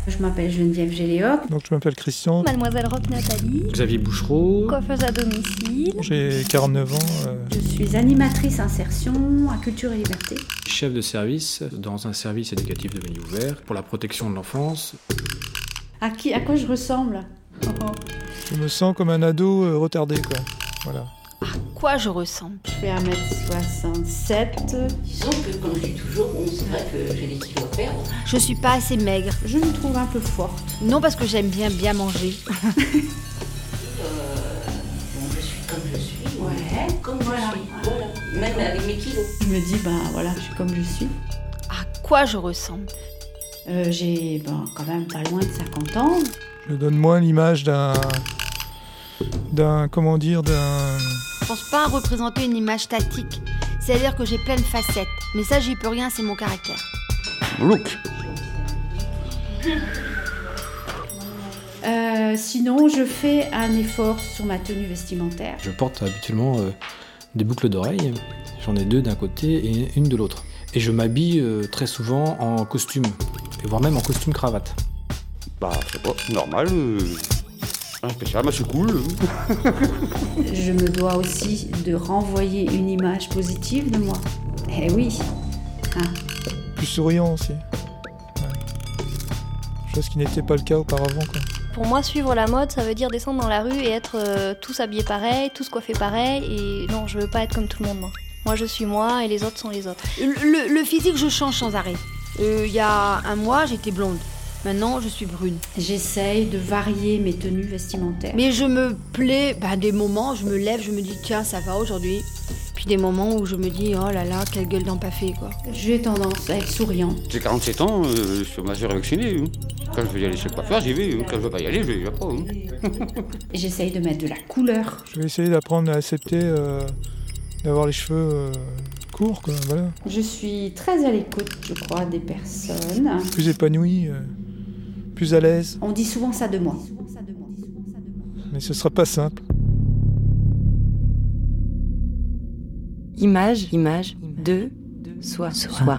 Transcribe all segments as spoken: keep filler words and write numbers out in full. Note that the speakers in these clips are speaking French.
Je m'appelle Geneviève Géléoc. Donc je m'appelle Christian. Mademoiselle Roque Nathalie. Xavier Bouchereau. Coiffeuse à domicile. J'ai quarante-neuf ans. Euh... Je suis animatrice insertion à Culture et Liberté. Chef de service dans un service éducatif devenu ouvert pour la protection de l'enfance. À qui, à quoi je ressemble? Oh. Je me sens comme un ado euh, retardé, quoi. Voilà. À quoi je ressemble? Je fais un mètre soixante-sept. Disons que, comme je dis toujours, bon, c'est vrai que j'ai des kilos à perdre. Je suis pas assez maigre. Je me trouve un peu forte. Non, parce que j'aime bien bien manger. euh, bon, je suis comme je suis. Ouais, comme voilà. je suis. Voilà. Même avec mes kilos. Je me dis, ben voilà, je suis comme je suis. À quoi je ressemble? euh, J'ai ben, quand même pas loin de cinquante ans. Je donne moins l'image d'un... d'un... comment dire, d'un... Je pense pas représenter une image statique. C'est-à-dire que j'ai plein de facettes. Mais ça, j'y peux rien, c'est mon caractère. Look. Euh, sinon, je fais un effort sur ma tenue vestimentaire. Je porte habituellement euh, des boucles d'oreilles. J'en ai deux d'un côté et une de l'autre. Et je m'habille euh, très souvent en costume, et voire même en costume cravate. Bah, c'est pas normal. Euh... Un spécial, bah c'est cool. Je me dois aussi de renvoyer une image positive de moi. Eh oui. Hein. Plus souriant aussi. Ouais. Chose qui n'était pas le cas auparavant, quoi. Pour moi, suivre la mode, ça veut dire descendre dans la rue et être euh, tous habillés pareil, tous coiffés pareil. Et non, je veux pas être comme tout le monde. Non. Moi, je suis moi et les autres sont les autres. Le, le, le physique, je change sans arrêt. Il euh, y a un mois, j'étais blonde. Maintenant, je suis brune. J'essaye de varier mes tenues vestimentaires. Mais je me plais, bah, des moments, je me lève, je me dis, tiens, ça va aujourd'hui. Puis des moments où je me dis, oh là là, quelle gueule d'empaffé, quoi. J'ai tendance à être souriante. J'ai quarante-sept ans, euh, je suis majeur et vacciné. Hein. Quand je veux y aller chez le coiffeur, j'y vais. Hein. Quand je veux pas y aller, je y vais pas. Hein. J'essaye de mettre de la couleur. Je vais essayer d'apprendre à accepter euh, d'avoir les cheveux euh, courts, quoi, voilà. Je suis très à l'écoute, je crois, des personnes. Plus épanoui, euh, plus à l'aise. On dit souvent ça de moi. Mais ce sera pas simple. Image, image, de, soi, soi.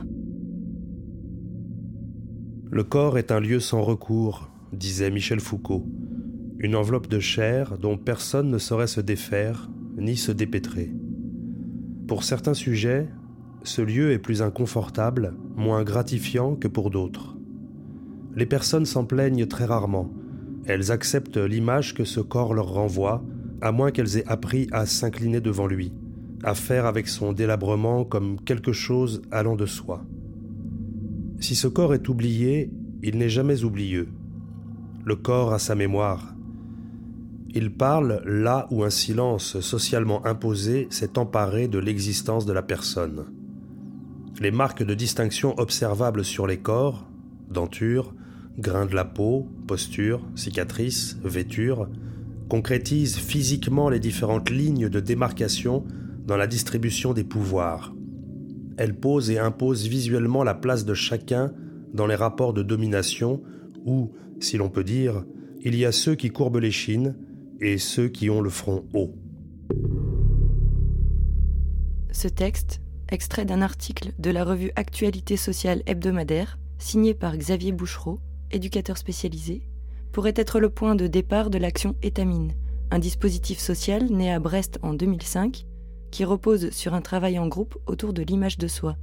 Le corps est un lieu sans recours, disait Michel Foucault. Une enveloppe de chair dont personne ne saurait se défaire, ni se dépêtrer. Pour certains sujets, ce lieu est plus inconfortable, moins gratifiant que pour d'autres. Les personnes s'en plaignent très rarement. Elles acceptent l'image que ce corps leur renvoie, à moins qu'elles aient appris à s'incliner devant lui, à faire avec son délabrement comme quelque chose allant de soi. Si ce corps est oublié, il n'est jamais oublieux. Le corps a sa mémoire. Il parle là où un silence socialement imposé s'est emparé de l'existence de la personne. Les marques de distinction observables sur les corps, denture, grain de la peau, posture, cicatrices, vêture, concrétisent physiquement les différentes lignes de démarcation dans la distribution des pouvoirs. Elle pose et impose visuellement la place de chacun dans les rapports de domination où, si l'on peut dire, il y a ceux qui courbent l'échine et ceux qui ont le front haut. Ce texte, extrait d'un article de la revue Actualité sociale hebdomadaire, signé par Xavier Bouchereau, éducateur spécialisé, pourrait être le point de départ de l'action Étamine, un dispositif social né à Brest en deux mille cinq, qui repose sur un travail en groupe autour de l'image de soi.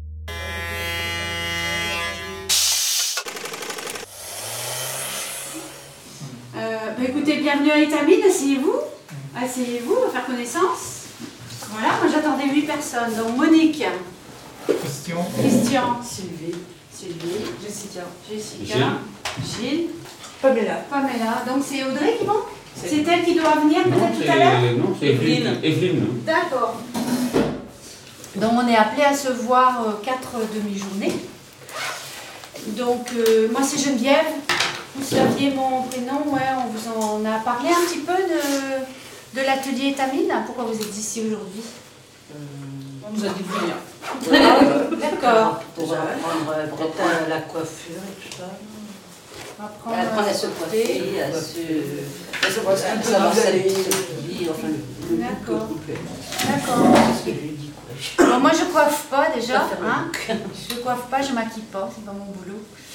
Euh, bah écoutez, bienvenue à Étamine, asseyez-vous. Asseyez-vous, on va faire connaissance. Voilà, moi j'attendais huit personnes. Donc Monique. Christian. Christian. Sylvie. Sylvie. Jessica. Jessica. Gilles. Gilles. Pamela. Pamela. Donc c'est Audrey qui manque? C'est elle qui doit venir peut-être tout à l'heure? Non, c'est Evelyne. Evelyne. D'accord. Donc on est appelé à se voir euh, quatre demi-journées. Donc euh, moi c'est Geneviève. Vous saviez mon prénom, ouais, on vous en a parlé un petit peu de, de l'atelier Étamine. Pourquoi vous êtes ici aujourd'hui? Euh, on nous a dit de venir. Ouais, d'accord. Pour apprendre euh, peut-être la coiffure et tout ça. Apprendre, apprendre à se coiffer, à se... à savoir sa vie, enfin le d'accord. complet. D'accord. C'est ce que je lui dis, quoi. Bon, moi je coiffe pas déjà, hein. Je coiffe pas, je maquille pas, c'est pas mon boulot.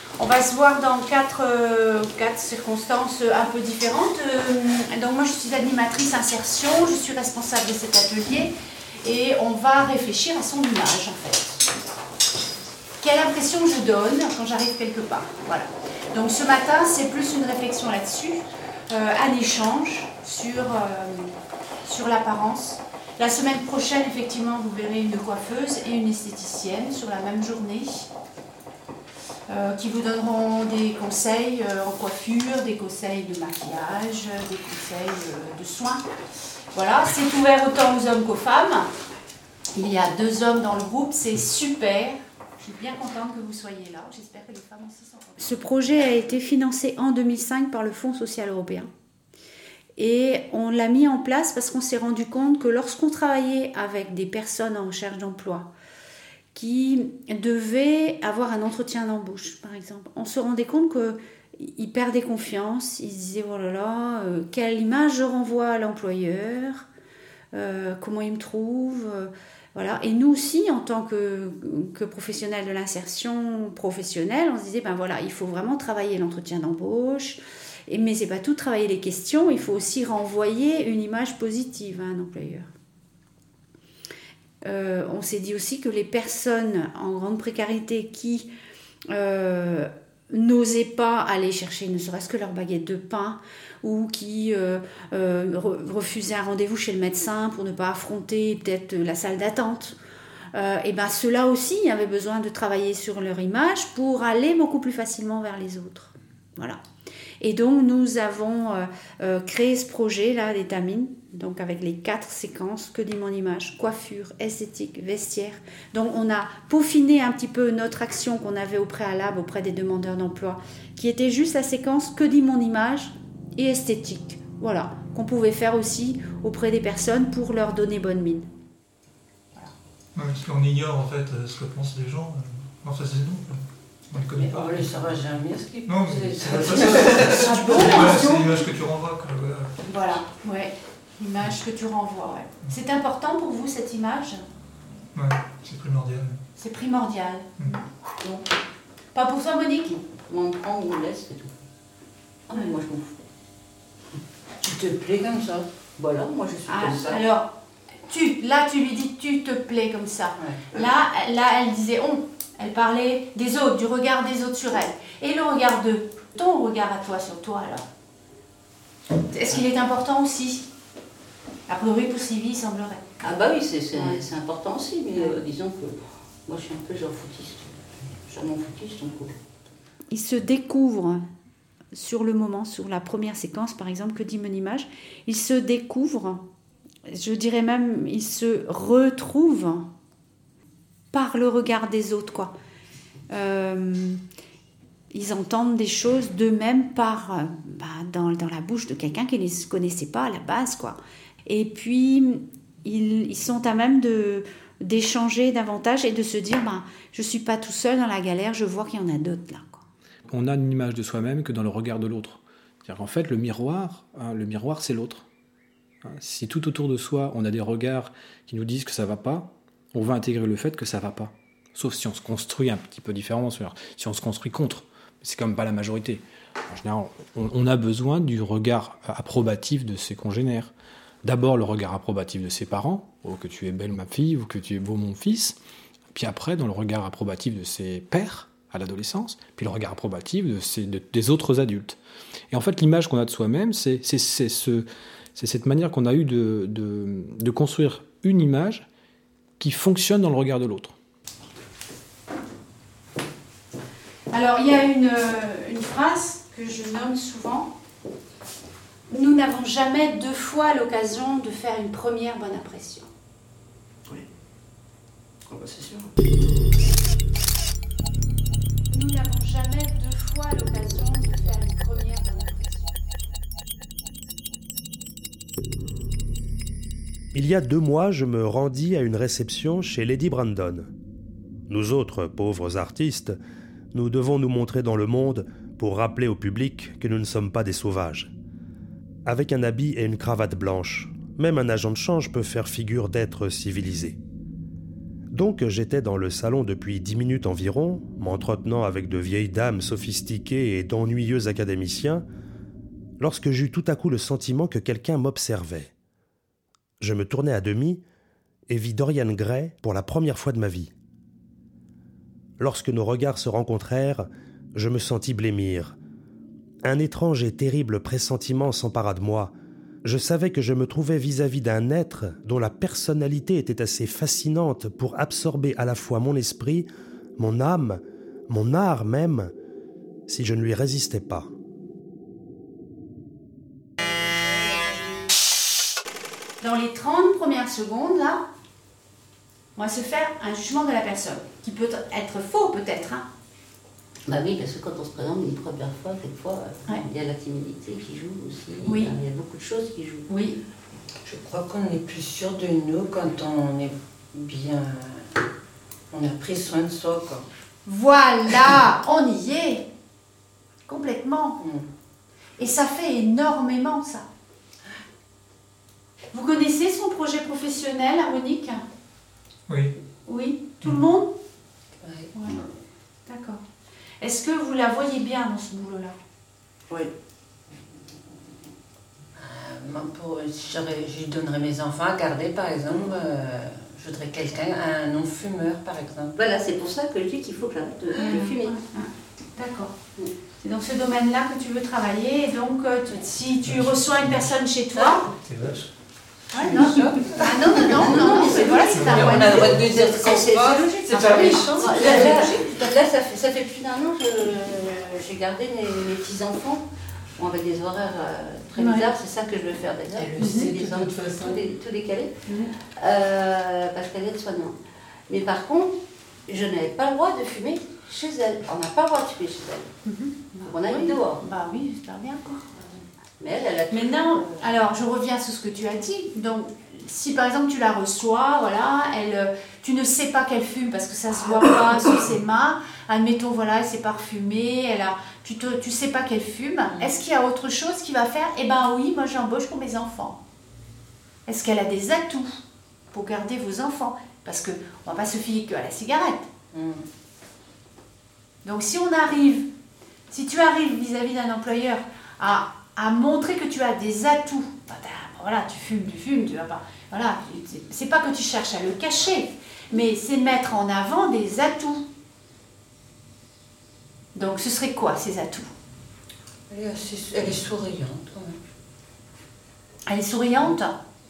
On va se voir dans quatre, euh, quatre circonstances un peu différentes. Euh, donc moi je suis animatrice insertion, je suis responsable de cet atelier et on va réfléchir à son image en fait. Quelle impression je donne quand j'arrive quelque part. Voilà. Donc ce matin c'est plus une réflexion là-dessus, euh, un échange sur, euh, sur l'apparence. La semaine prochaine effectivement vous verrez une coiffeuse et une esthéticienne sur la même journée. Euh, qui vous donneront des conseils euh, en coiffure, des conseils de maquillage, des conseils euh, de soins. Voilà, c'est ouvert autant aux hommes qu'aux femmes. Il y a deux hommes dans le groupe, c'est super. Je suis bien contente que vous soyez là. J'espère que les femmes aussi sont contentes. Ce projet a été financé en deux mille cinq par le Fonds social européen. Et on l'a mis en place parce qu'on s'est rendu compte que lorsqu'on travaillait avec des personnes en recherche d'emploi, qui devaient avoir un entretien d'embauche, par exemple. On se rendait compte qu'ils perdaient confiance, ils se disaient « Oh là là, euh, quelle image je renvoie à l'employeur, euh, comment il me trouve euh, ?» Voilà. Et nous aussi, en tant que, que professionnels de l'insertion professionnelle, on se disait « Ben voilà, il faut vraiment travailler l'entretien d'embauche, et, mais c'est pas tout travailler les questions, il faut aussi renvoyer une image positive à un employeur. » Euh, on s'est dit aussi que les personnes en grande précarité qui euh, n'osaient pas aller chercher ne serait-ce que leur baguette de pain ou qui euh, euh, refusaient un rendez-vous chez le médecin pour ne pas affronter peut-être la salle d'attente, euh, et ben ceux-là aussi avaient besoin de travailler sur leur image pour aller beaucoup plus facilement vers les autres. Voilà. Et donc nous avons euh, euh, créé ce projet-là d'Étamine, donc avec les quatre séquences, que dit mon image, coiffure, esthétique, vestiaire. Donc on a peaufiné un petit peu notre action qu'on avait au préalable auprès des demandeurs d'emploi, qui était juste la séquence que dit mon image et esthétique. Voilà, qu'on pouvait faire aussi auprès des personnes pour leur donner bonne mine. Voilà. Ouais, parce qu'on ignore en fait ce que pensent les gens. Enfin c'est nous. On ne connaît pas. On ne saura jamais ce qu'ils Non, pensent. mais C'est c'est l'image que tu renvoies. Quoi. Voilà, ouais. L'image que tu renvoies, ouais. C'est important pour vous, cette image ? Ouais, c'est primordial. C'est primordial. Mm. Bon. Pas pour toi, Monique ? On prend ou on laisse, c'est tout. Ah, mais moi, je m'en fous. Tu te plais comme ça. Voilà, moi, je suis ah, comme ça. Alors, tu, là, tu lui dis, tu te plais comme ça. Ouais. Là, là, elle disait on. Elle parlait des autres, du regard des autres sur elle. Et le regard de ton regard à toi sur toi, alors ? Est-ce qu'il est important aussi ? A priori, pour Sylvie, il semblerait. Ah bah oui, c'est, c'est, ouais. c'est important aussi, mais euh, disons que moi, je suis un peu genre foutiste. Je suis mon foutiste, donc... Il se découvre sur le moment, sur la première séquence, par exemple, que dit mon image, il se découvre, je dirais même, il se retrouve par le regard des autres, quoi. Euh, ils entendent des choses d'eux-mêmes par, bah, dans, dans la bouche de quelqu'un qu'ils ne connaissaient pas à la base, quoi. Et puis, ils, ils sont à même de, d'échanger davantage et de se dire bah, je ne suis pas tout seul dans la galère, je vois qu'il y en a d'autres là, quoi. On a une image de soi-même que dans le regard de l'autre. C'est-à-dire qu'en fait, le miroir, hein, le miroir, c'est l'autre. Hein, si tout autour de soi, on a des regards qui nous disent que ça ne va pas, on va intégrer le fait que ça ne va pas. Sauf si on se construit un petit peu différemment, si on se construit contre. C'est quand même pas la majorité. En général, on, on a besoin du regard approbatif de ses congénères. D'abord, le regard approbatif de ses parents, oh, que tu es belle ma fille, ou que tu es beau mon fils. Puis après, dans le regard approbatif de ses pairs, à l'adolescence, puis le regard approbatif de ses, de, des autres adultes. Et en fait, l'image qu'on a de soi-même, c'est, c'est, c'est, ce, c'est cette manière qu'on a eue de, de, de construire une image qui fonctionne dans le regard de l'autre. Alors, il y a une, une phrase que je nomme souvent. Nous n'avons jamais deux fois l'occasion de faire une première bonne impression. Oui. Oh bah c'est sûr. Nous n'avons jamais deux fois l'occasion de faire une première bonne impression. Il y a deux mois, je me rendis à une réception chez Lady Brandon. Nous autres, pauvres artistes, nous devons nous montrer dans le monde pour rappeler au public que nous ne sommes pas des sauvages. Avec un habit et une cravate blanche, même un agent de change peut faire figure d'être civilisé. Donc j'étais dans le salon depuis dix minutes environ, m'entretenant avec de vieilles dames sophistiquées et d'ennuyeux académiciens, lorsque j'eus tout à coup le sentiment que quelqu'un m'observait. Je me tournai à demi et vis Dorian Gray pour la première fois de ma vie. Lorsque nos regards se rencontrèrent, je me sentis blêmir. Un étrange et terrible pressentiment s'empara de moi. Je savais que je me trouvais vis-à-vis d'un être dont la personnalité était assez fascinante pour absorber à la fois mon esprit, mon âme, mon art même, si je ne lui résistais pas. Dans les trente premières secondes, là, on va se faire un jugement de la personne, qui peut être faux peut-être. Hein. Bah oui, parce que quand on se présente une première fois, quelquefois, Ouais. il y a la timidité qui joue aussi. Oui. Il y a beaucoup de choses qui jouent. Oui. Je crois qu'on est plus sûr de nous quand on est bien... On a pris soin de soi, quoi. Voilà, on y est. Complètement. Mm. Et ça fait énormément, ça. Vous connaissez son projet professionnel, Monique? Oui. Oui. Tout le monde? Ouais. Ouais. D'accord. Est-ce que vous la voyez bien dans ce boulot-là? Oui. Euh, moi, pour, si j'aurais- je lui donnerais mes enfants à garder, par exemple, euh, je voudrais quelqu'un, un non-fumeur, par exemple. Voilà, c'est pour ça que je dis qu'il faut que j'arrête de, de fumer. D'accord. C'est dans ce domaine-là que tu veux travailler. Et donc, euh, tu- si tu reçois une personne chez toi... C'est vache. Ouais, non, non. Ah, non, non, non, non, mais c'est voilà, c'est un On a le droit de dire ce qu'on C'est- pense, c'est logique. c'est pas méchant. Là, c'est là, logique. là, ça, fait, ça fait plus d'un an que je- j'ai gardé mes, mes petits-enfants. Bon, avec des horaires euh, très Ouais. bizarres, c'est ça que je veux faire d'ailleurs. Elle le C'est sait, les de enfants, toute façon. tous les, tous les calés. Mhm. Euh, parce qu'elle est soignante. Mais par contre, je n'avais pas le droit de fumer chez elle. On n'a pas le droit de fumer chez elle. Mhm. On a Oui. eu dehors. Bah oui, j'espère bien, quoi. Mais elle, elle a tout- Maintenant, alors je reviens sur ce que tu as dit. Donc, si par exemple tu la reçois, voilà, elle, euh, tu ne sais pas qu'elle fume parce que ça se voit pas sur ses mains. Admettons, voilà, elle s'est parfumée, elle a, tu te, tu sais pas qu'elle fume. Est-ce qu'il y a autre chose qui va faire? Eh ben oui, moi j'embauche pour mes enfants. Est-ce qu'elle a des atouts pour garder vos enfants? Parce que on va pas se fier qu'à la cigarette. Mm. Donc si on arrive, si tu arrives vis-à-vis d'un employeur à, à montrer que tu as des atouts, bah, t'as- voilà, tu fumes, tu fumes, tu vas pas, voilà, c'est- c'est pas que tu cherches à le cacher, mais c'est de mettre en avant des atouts. Donc ce serait quoi ces atouts? Elle est, assez- elle est souriante, quand même. Elle est souriante?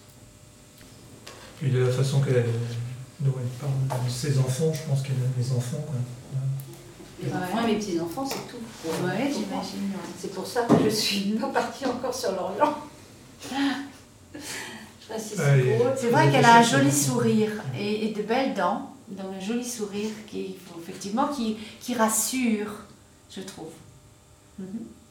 Puis de la façon qu'elle dont elle parle de ses enfants, je pense qu'elle a des enfants. Quoi. Mes enfants et mes petits-enfants, c'est tout. Ouais, j'imagine. C'est pour ça que je suis pas partie encore sur l'Orient. Je reste ici Ouais, pour eux. C'est vrai qu'elle a un joli sourire et, et de belles dents, donc un joli sourire qui, effectivement, qui, qui rassure, je trouve. Mhm.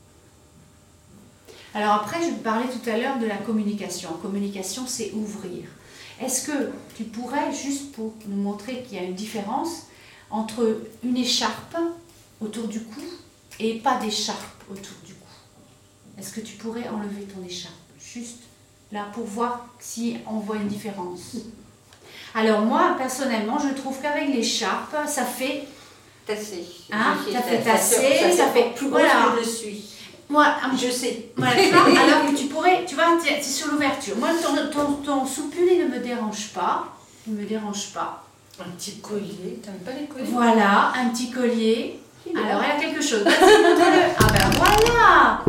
Alors après, je vous parlais tout à l'heure de la communication. Communication, c'est ouvrir. Est-ce que tu pourrais, juste pour nous montrer qu'il y a une différence entre une écharpe autour du cou et pas d'écharpe autour du cou? Est-ce que tu pourrais enlever ton écharpe? Juste là, pour voir si on voit une différence. Alors moi, personnellement, je trouve qu'avec l'écharpe, ça fait... Tassé. Hein, Je suis ça fait tassé, tasser, ça fait... plus grosse Voilà. que je suis. Moi, un Je sais. Voilà, tu vois, alors que tu pourrais, tu vois, c'est sur l'ouverture. Moi, ton, ton, ton soupul, il ne me dérange pas. Il ne me dérange pas. Un petit collier, t'aimes pas les colliers? Voilà, un petit collier. Alors, elle a quelque chose. Vas-y, montre-le. Ah ben voilà.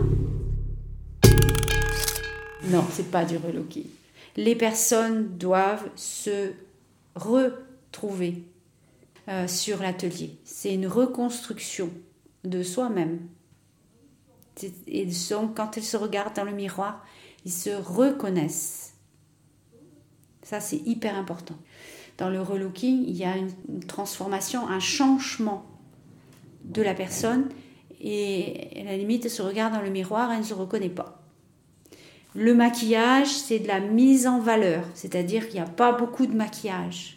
Non, c'est pas du relooking. Les personnes doivent se retrouver euh, sur l'atelier. C'est une reconstruction de soi-même. Et donc, quand elles se regardent dans le miroir, ils se reconnaissent. Ça, c'est hyper important. Dans le relooking, il y a une transformation, un changement de la personne et à la limite, elle se regarde dans le miroir et elle ne se reconnaît pas. Le maquillage, c'est de la mise en valeur, c'est-à-dire qu'il n'y a pas beaucoup de maquillage.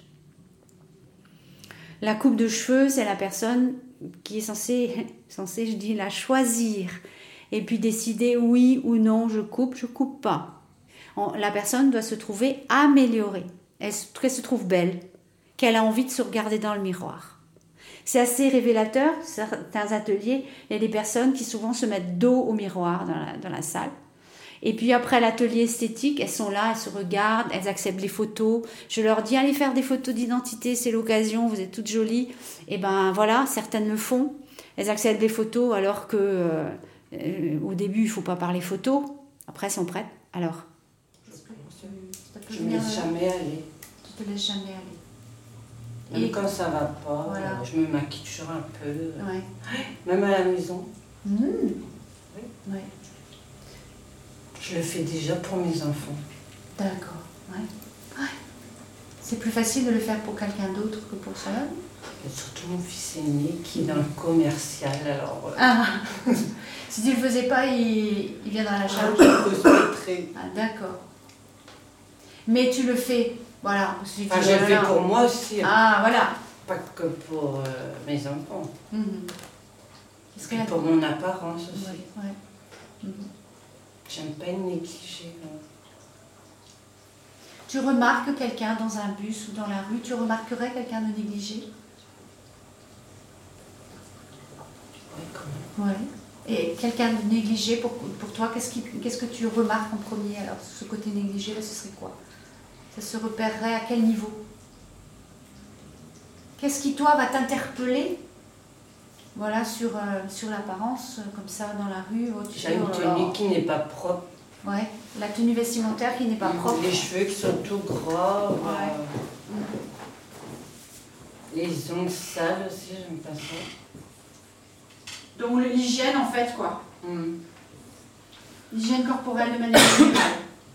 La coupe de cheveux, c'est la personne qui est censée, censée, je dis, la choisir et puis décider oui ou non, je coupe, je coupe pas. La personne doit se trouver améliorée, elle, qu'elle se trouve belle, qu'elle a envie de se regarder dans le miroir. C'est assez révélateur, certains ateliers, il y a des personnes qui souvent se mettent dos au miroir dans la, dans la salle. Et puis après l'atelier esthétique, elles sont là, elles se regardent, elles acceptent les photos. Je leur dis, allez faire des photos d'identité, c'est l'occasion, vous êtes toutes jolies. Et ben voilà, certaines le font. Elles acceptent les photos alors que euh, euh, au début, il ne faut pas parler photos. Après, elles sont prêtes. Alors Je ne me laisse jamais aller. Tu te laisses jamais aller. Même Et quand ça va pas, voilà. Je me maquille toujours un peu. Ouais. Même à la maison. Mmh. Oui. Ouais. Je le fais déjà pour mes enfants. D'accord. Ouais. Ouais. C'est plus facile de le faire pour quelqu'un d'autre que pour soi-même. Surtout mon fils aîné qui est dans le commercial. Alors, euh... ah. Si tu ne le faisais pas, il, il viendra à la charge. Ah, d'accord. Mais tu le fais, voilà. Si enfin, je le fais pour moi aussi. Ah, voilà. Pas que pour euh, mes enfants. Mm-hmm. Est-ce que pour mon apparence aussi. Ouais, ouais. Mm-hmm. J'aime pas être négligée. Tu remarques quelqu'un dans un bus ou dans la rue, tu remarquerais quelqu'un de négligé? Oui, quand même. Ouais. Et quelqu'un de négligé, pour, pour toi, qu'est-ce, qui, qu'est-ce que tu remarques en premier? Alors, ce côté négligé, là, ce serait quoi? Ça se repérerait à quel niveau? Qu'est-ce qui, toi, va t'interpeller? Voilà, sur, euh, sur l'apparence, comme ça, dans la rue. Oh, j'ai une tenue qui n'est pas propre. Ouais, la tenue vestimentaire qui n'est pas propre. Les cheveux qui sont tout gras. Ouais. Euh, les ongles sales aussi, j'aime pas ça. Donc l'hygiène en fait quoi. Mm. L'hygiène corporelle de manière générale.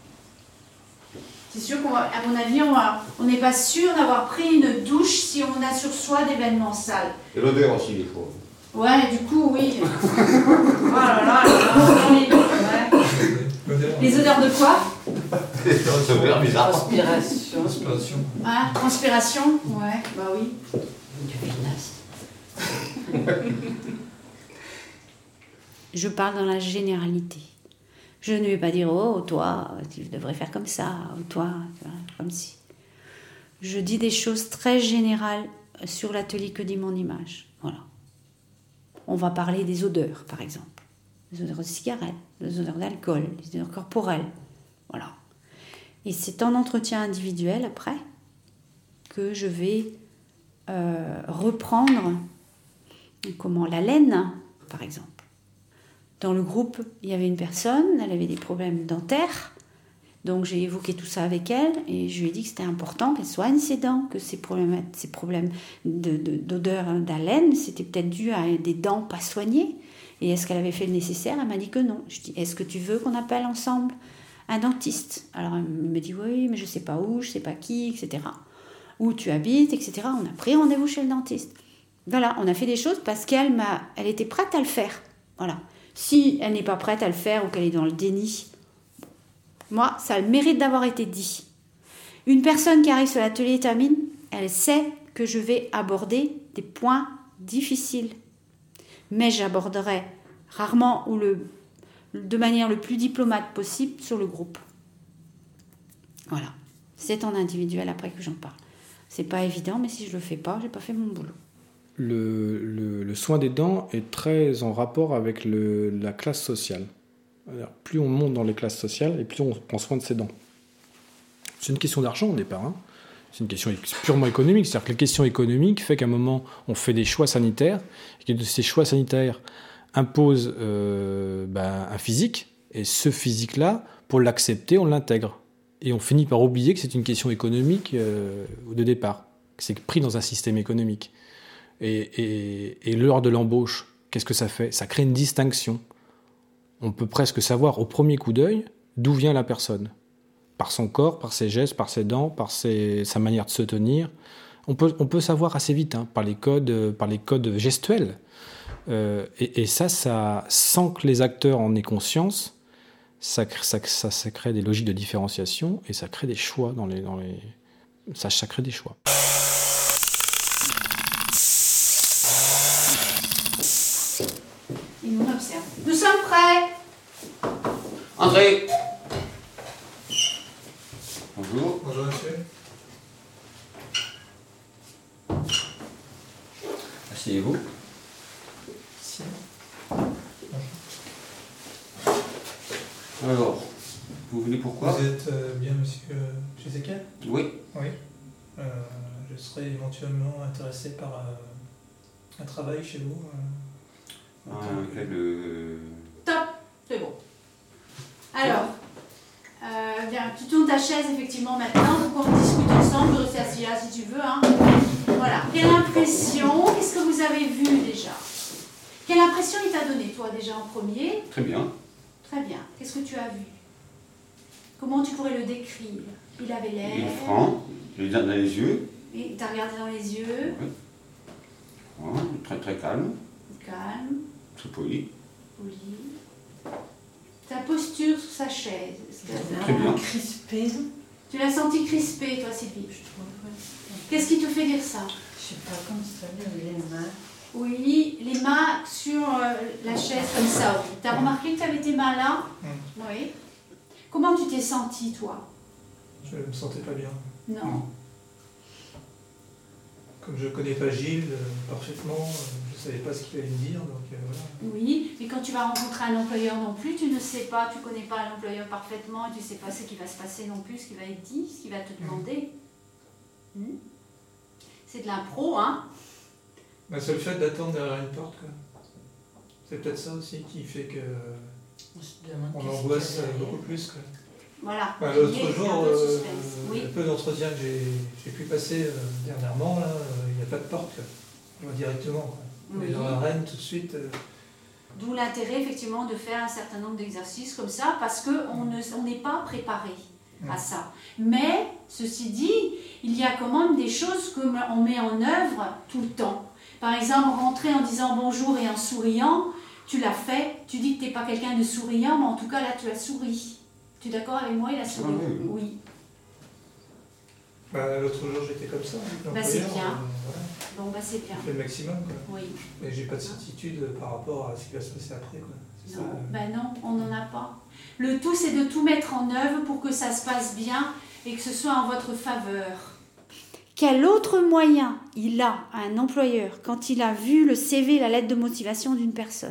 C'est sûr qu'à mon avis, on n'est pas sûr d'avoir pris une douche si on a sur soi des vêtements sales. Et l'odeur aussi, des fois. Ouais, du coup, oui. Oh là là, là, là les... Ouais. Les odeurs de quoi? Les odeurs bizarres. Transpiration. Transpiration. Ah, transpiration. Ouais, bah oui. Du vinasse. Je parle dans la généralité. Je ne vais pas dire, oh, toi, tu devrais faire comme ça, ou toi, comme si. Je dis des choses très générales sur l'atelier Que dit mon image. Voilà. On va parler des odeurs, par exemple. Les odeurs de cigarettes, les odeurs d'alcool, les odeurs corporelles. Voilà. Et c'est en entretien individuel, après, que je vais euh, reprendre comment la laine, par exemple. Dans le groupe, il y avait une personne, elle avait des problèmes dentaires, donc j'ai évoqué tout ça avec elle et je lui ai dit que c'était important qu'elle soigne ses dents, que ces problèmes, ces problèmes de, de, d'odeur d'haleine, c'était peut-être dû à des dents pas soignées. Et est-ce qu'elle avait fait le nécessaire? Elle m'a dit que non. Je dis, est-ce que tu veux qu'on appelle ensemble un dentiste? Alors elle me dit, oui, mais je ne sais pas où, je ne sais pas qui, et cetera. Où tu habites, et cetera. On a pris rendez-vous chez le dentiste. Voilà, on a fait des choses parce qu'elle m'a, elle était prête à le faire. Voilà. Si elle n'est pas prête à le faire ou qu'elle est dans le déni, moi, ça a le mérite d'avoir été dit. Une personne qui arrive sur l'atelier Tamine, elle sait que je vais aborder des points difficiles. Mais j'aborderai rarement ou le, de manière le plus diplomate possible sur le groupe. Voilà. C'est en individuel après que j'en parle. C'est pas évident, mais si je le fais pas, j'ai pas fait mon boulot. Le, le, le soin des dents est très en rapport avec le, la classe sociale. Alors, plus on monte dans les classes sociales et plus on prend soin de ses dents. C'est une question d'argent au départ. Hein. C'est une question purement économique. C'est-à-dire que la question économique fait qu'à un moment, on fait des choix sanitaires et que ces choix sanitaires imposent euh, ben, un physique. Et ce physique-là, pour l'accepter, on l'intègre. Et on finit par oublier que c'est une question économique euh, de départ. Que c'est pris dans un système économique. Et, et, et lors de l'embauche, qu'est-ce que ça fait? Ça crée une distinction. On peut presque savoir au premier coup d'œil d'où vient la personne. Par son corps, par ses gestes, par ses dents, par ses, sa manière de se tenir. On peut, on peut savoir assez vite, hein, par les codes, par les codes gestuels. Euh, et, et ça, ça, sans que les acteurs en aient conscience, ça, ça, ça, ça crée des logiques de différenciation et ça crée des choix dans les... Dans les ça, ça crée des choix. Et nous, on observe. Nous sommes prêts. Entrez. Bonjour. Bonjour monsieur. Alors, vous venez pourquoi? Vous êtes euh, bien monsieur chez Ezekiel? Oui. Oui. Euh, je serais éventuellement intéressé par euh, un travail chez vous. Euh, Ah, quel, euh... Top, c'est bon. Alors, euh, viens, tu tournes ta chaise effectivement maintenant, donc on discute ensemble, tu restes assis là si tu veux. Hein. Voilà. Quelle impression, qu'est-ce que vous avez vu déjà? Quelle impression il t'a donné toi déjà en premier? Très bien. Très bien. Qu'est-ce que tu as vu? Comment tu pourrais le décrire? Il avait l'air... Il est franc, il est dans les yeux. Et il t'a regardé dans les yeux. Oui. Ouais, très très calme. Calme. Très poli. Poli. Ta posture sur sa chaise. Très bien. Crispé. Tu l'as senti crispé, toi, Sylvie? Je trouve. Qu'est-ce qui te fait dire ça? Je sais pas comment ça, les mains. Oui, les mains sur euh, la chaise comme ça. Oui. Tu as remarqué que tu avais tes mains là? Mmh. Oui. Comment tu t'es senti, toi? Je ne me sentais pas bien. Non. Comme je ne connais pas Gilles euh, parfaitement, euh, je ne savais pas ce qu'il allait me dire, donc euh, voilà. Oui, mais quand tu vas rencontrer un employeur non plus, tu ne sais pas, tu ne connais pas l'employeur parfaitement et tu ne sais pas ce qui va se passer non plus, ce qui va être dit, ce qu'il va te demander. Mmh. Mmh. C'est de l'impro, hein? Bah, c'est le fait d'attendre derrière une porte, quoi. C'est peut-être ça aussi qui fait que on angoisse beaucoup plus, quoi. Voilà. Bah, l'autre jour, euh, oui. le peu d'entretiens que j'ai pu passer euh, dernièrement, là, il n'y a pas de porte, quoi. On va directement, quoi. Oui. Mais dans l'arène, tout de suite... Euh... D'où l'intérêt, effectivement, de faire un certain nombre d'exercices comme ça, parce qu'on ne, on n'est pas préparé à ça. Mais, ceci dit, il y a quand même des choses qu'on met en œuvre tout le temps. Par exemple, rentrer en disant bonjour et en souriant, tu l'as fait, tu dis que tu n'es pas quelqu'un de souriant, mais en tout cas là tu as souri. Tu es d'accord avec moi, il a souri? Ah, oui. Oui. Bah, l'autre jour j'étais comme ça. Bah, c'est bien. Euh, voilà. Bon, bah c'est bien. Je fais le maximum, quoi. Oui. Mais j'ai pas de certitude par rapport à ce qui va se passer après, quoi. Non, ça, euh... bah non, on n'en a pas. Le tout, c'est de tout mettre en œuvre pour que ça se passe bien et que ce soit en votre faveur. Quel autre moyen il a, un employeur, quand il a vu le C V, la lettre de motivation d'une personne?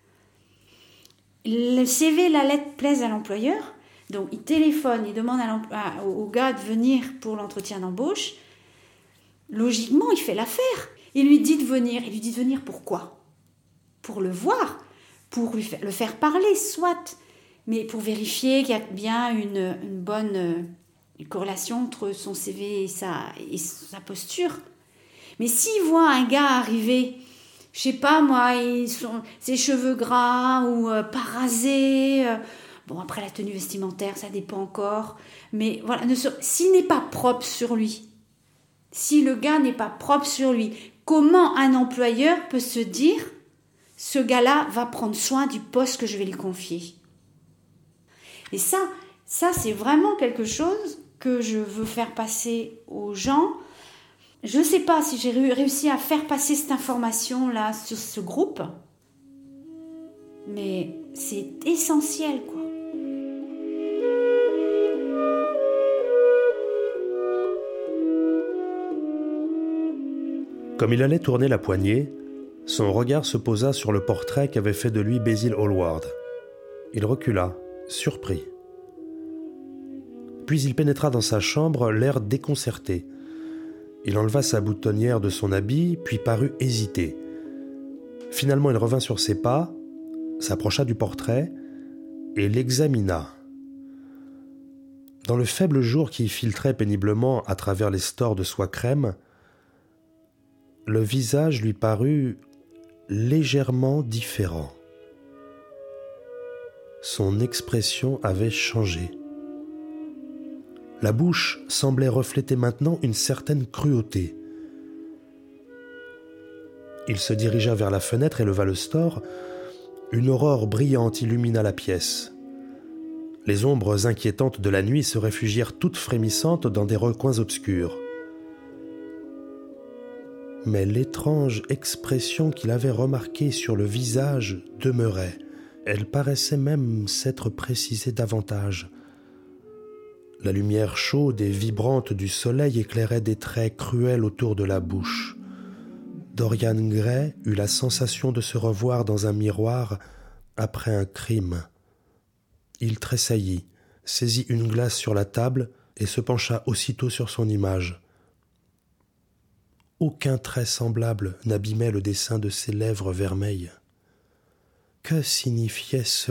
Le C V, la lettre plaisent à l'employeur, donc il téléphone, il demande à au gars de venir pour l'entretien d'embauche. Logiquement, il fait l'affaire. Il lui dit de venir. Il lui dit de venir pourquoi? Pour le voir, pour lui faire, le faire parler, soit, mais pour vérifier qu'il y a bien une, une bonne... une corrélation entre son C V et sa, et sa posture. Mais s'il voit un gars arriver, je sais pas moi, ils sont, ses cheveux gras ou euh, pas rasés, euh, bon après la tenue vestimentaire, ça dépend encore, mais voilà, ne, s'il n'est pas propre sur lui, si le gars n'est pas propre sur lui, comment un employeur peut se dire, ce gars-là va prendre soin du poste que je vais lui confier? Et ça, ça c'est vraiment quelque chose que je veux faire passer aux gens. Je ne sais pas si j'ai réussi à faire passer cette information-là sur ce groupe, mais c'est essentiel, quoi. Comme il allait tourner la poignée, son regard se posa sur le portrait qu'avait fait de lui Basil Hallward. Il recula, surpris. Puis il pénétra dans sa chambre, l'air déconcerté. Il enleva sa boutonnière de son habit, puis parut hésiter. Finalement, il revint sur ses pas, s'approcha du portrait et l'examina. Dans le faible jour qui filtrait péniblement à travers les stores de soie crème, le visage lui parut légèrement différent. Son expression avait changé. La bouche semblait refléter maintenant une certaine cruauté. Il se dirigea vers la fenêtre et leva le store. Une aurore brillante illumina la pièce. Les ombres inquiétantes de la nuit se réfugièrent toutes frémissantes dans des recoins obscurs. Mais l'étrange expression qu'il avait remarquée sur le visage demeurait. Elle paraissait même s'être précisée davantage. La lumière chaude et vibrante du soleil éclairait des traits cruels autour de la bouche. Dorian Gray eut la sensation de se revoir dans un miroir après un crime. Il tressaillit, saisit une glace sur la table et se pencha aussitôt sur son image. Aucun trait semblable n'abîmait le dessin de ses lèvres vermeilles. Que signifiait cela ?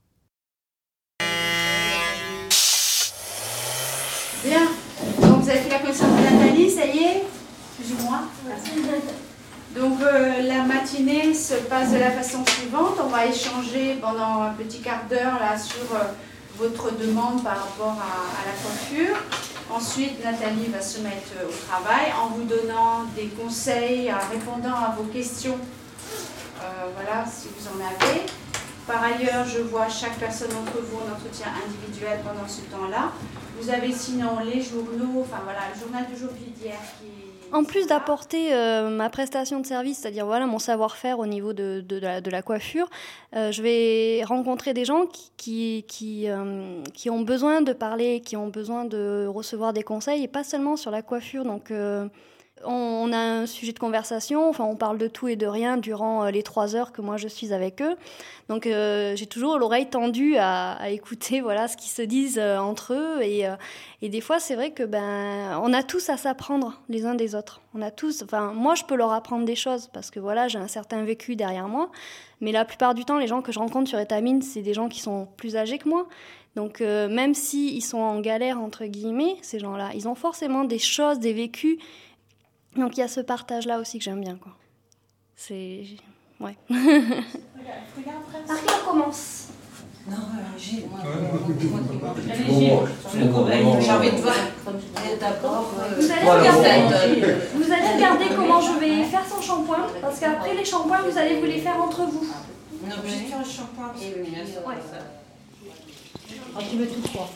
Bien, donc vous avez fait la connaissance de Nathalie, ça y est, plus ou moins. Donc euh, la matinée se passe de la façon suivante. On va échanger pendant un petit quart d'heure là sur euh, votre demande par rapport à, à la coiffure. Ensuite, Nathalie va se mettre au travail en vous donnant des conseils, en répondant à vos questions. Euh, voilà, si vous en avez. Par ailleurs, je vois chaque personne d'entre vous en entretien individuel pendant ce temps-là. Vous avez sinon les journaux, enfin voilà, le journal d'aujourd'hui d'hier qui est... En plus d'apporter euh, ma prestation de service, c'est-à-dire voilà, mon savoir-faire au niveau de, de, de, la, de la coiffure, euh, je vais rencontrer des gens qui, qui, qui, euh, qui ont besoin de parler, qui ont besoin de recevoir des conseils, et pas seulement sur la coiffure. Donc, euh, on, on a un sujet de conversation, enfin, on parle de tout et de rien durant euh, les trois heures que moi je suis avec eux. Donc, euh, j'ai toujours l'oreille tendue à, à écouter voilà, ce qu'ils se disent euh, entre eux. Et, euh, et des fois, c'est vrai que ben, on a tous à s'apprendre les uns des autres. On a tous, enfin, moi, je peux leur apprendre des choses parce que voilà, j'ai un certain vécu derrière moi. Mais la plupart du temps, les gens que je rencontre sur Étamines, c'est des gens qui sont plus âgés que moi. Donc, euh, même s'ils sont en galère, entre guillemets, ces gens-là, ils ont forcément des choses, des vécus. Donc, il y a ce partage-là aussi que j'aime bien, quoi. C'est... Ouais. Regarde, Marie, on commence. Non, euh, Gilles, moi, j'ai envie de voir. D'abord, vous allez regarder, vous allez regarder comment je vais faire son shampoing, parce qu'après les shampoings, vous allez vous les faire entre vous. On est obligé de faire un shampoing. Ouais. Ah, tu veux tout trois.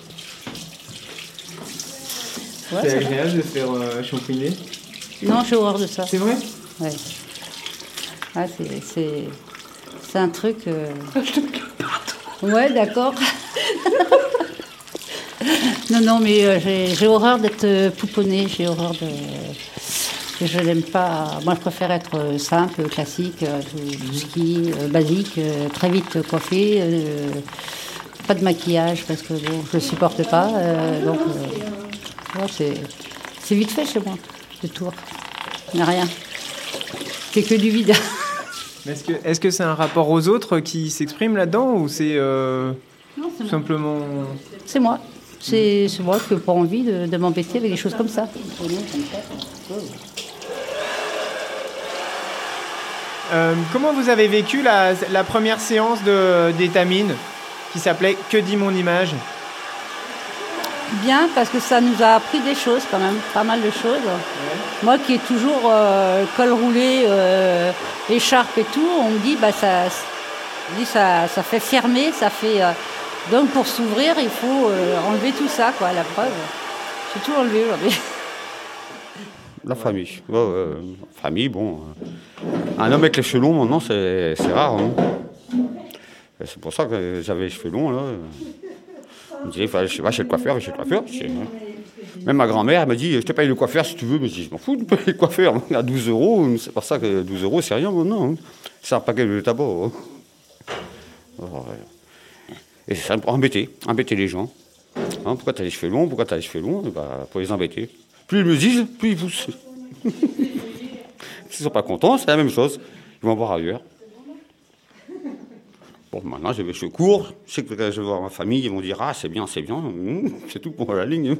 Ouais, c'est agréable de faire euh, shampouiner. Non, j'ai horreur de ça. C'est vrai ? Ouais. Ah, c'est, c'est, c'est un truc... Euh... Ouais, d'accord. non, non, mais euh, j'ai, j'ai horreur d'être euh, pouponnée, j'ai horreur de... Je n'aime pas... Moi, je préfère être simple, classique, euh, tout, tout ce qui est euh, basique, euh, très vite coiffée, euh, pas de maquillage, parce que bon, je ne supporte pas, euh, donc... Euh, ouais, c'est, c'est vite fait chez moi, le tour. Il n'y a rien. C'est que du vide. Est-ce que, est-ce que c'est un rapport aux autres qui s'exprime là-dedans ou c'est, euh, non, c'est tout simplement... C'est moi. C'est, c'est moi qui n'ai pas envie de, de m'embêter avec des choses comme ça. Euh, comment vous avez vécu la, la première séance de, d'Étamines qui s'appelait « Que dit mon image » ? Bien, parce que ça nous a appris des choses quand même, pas mal de choses. Ouais. Moi qui ai toujours euh, col roulé, euh, écharpe et tout, on me dit bah ça, dit, ça, ça fait fermer, ça fait. Euh, donc pour s'ouvrir, il faut euh, enlever tout ça, quoi. La preuve, j'ai tout enlevé aujourd'hui. La famille, ouais, ouais, famille, bon. Un homme avec les cheveux longs, maintenant, c'est, c'est rare. Hein. C'est pour ça que j'avais les cheveux longs là. On me disait, je vais chez le coiffeur, chez le coiffeur. Même ma grand-mère, elle m'a dit, je te paye le coiffeur si tu veux. Mais je dis, je m'en fous de payer le coiffeur. À douze euros, c'est pour ça que douze euros, c'est rien maintenant. Hein. C'est un paquet de tabac. Hein. Alors, et c'est ça, pour embêter, embêter les gens. Hein, pourquoi tu as les cheveux longs, pourquoi tu as les cheveux longs, bah, pour les embêter. Plus ils me disent, plus ils poussent. S'ils ne sont pas contents, c'est la même chose. Ils vont voir ailleurs. Bon, maintenant, j'ai les cheveux courts. Je sais que quand je vais voir ma famille, ils vont dire « Ah, c'est bien, c'est bien. » C'est tout pour la ligne.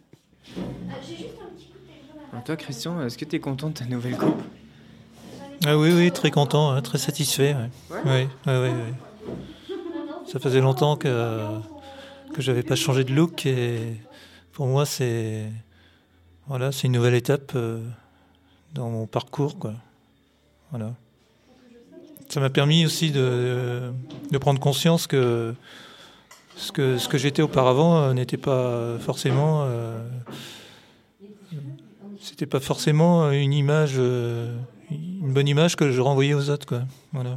Et toi, Christian, est-ce que tu es content de ta nouvelle coupe ? Ah oui, oui, très content, hein, très satisfait. Ouais. Ouais. Oui, oui, oui. Ça faisait longtemps que, que je n'avais pas changé de look. Et pour moi, c'est, voilà, c'est une nouvelle étape euh, dans mon parcours, quoi. Voilà. Ça m'a permis aussi de, de prendre conscience que ce que, ce que j'étais auparavant euh, n'était pas forcément, euh, c'était pas forcément une image, euh, une bonne image que je renvoyais aux autres, quoi. Voilà.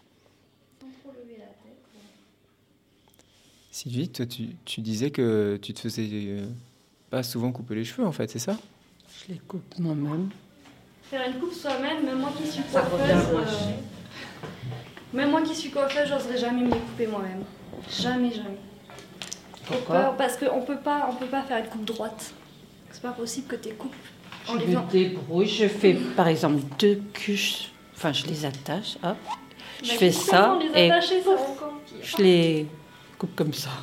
Sylvie, toi, tu, tu disais que tu te faisais euh, pas souvent couper les cheveux, en fait, c'est ça ? Je les coupe moi-même. Faire une coupe soi-même, même moi qui suis coiffeuse, euh, même moi qui suis coiffeuse, j'oserais jamais me les couper moi-même. Jamais, jamais. Pourquoi? Peur, parce qu'on peut pas, on peut pas faire une coupe droite. C'est pas possible que tu coupes. Je me débrouille, je fais par exemple deux cuches, enfin je les attache, hop. Je Mais fais ça les et attacher, c'est encore pire. je les coupe comme ça.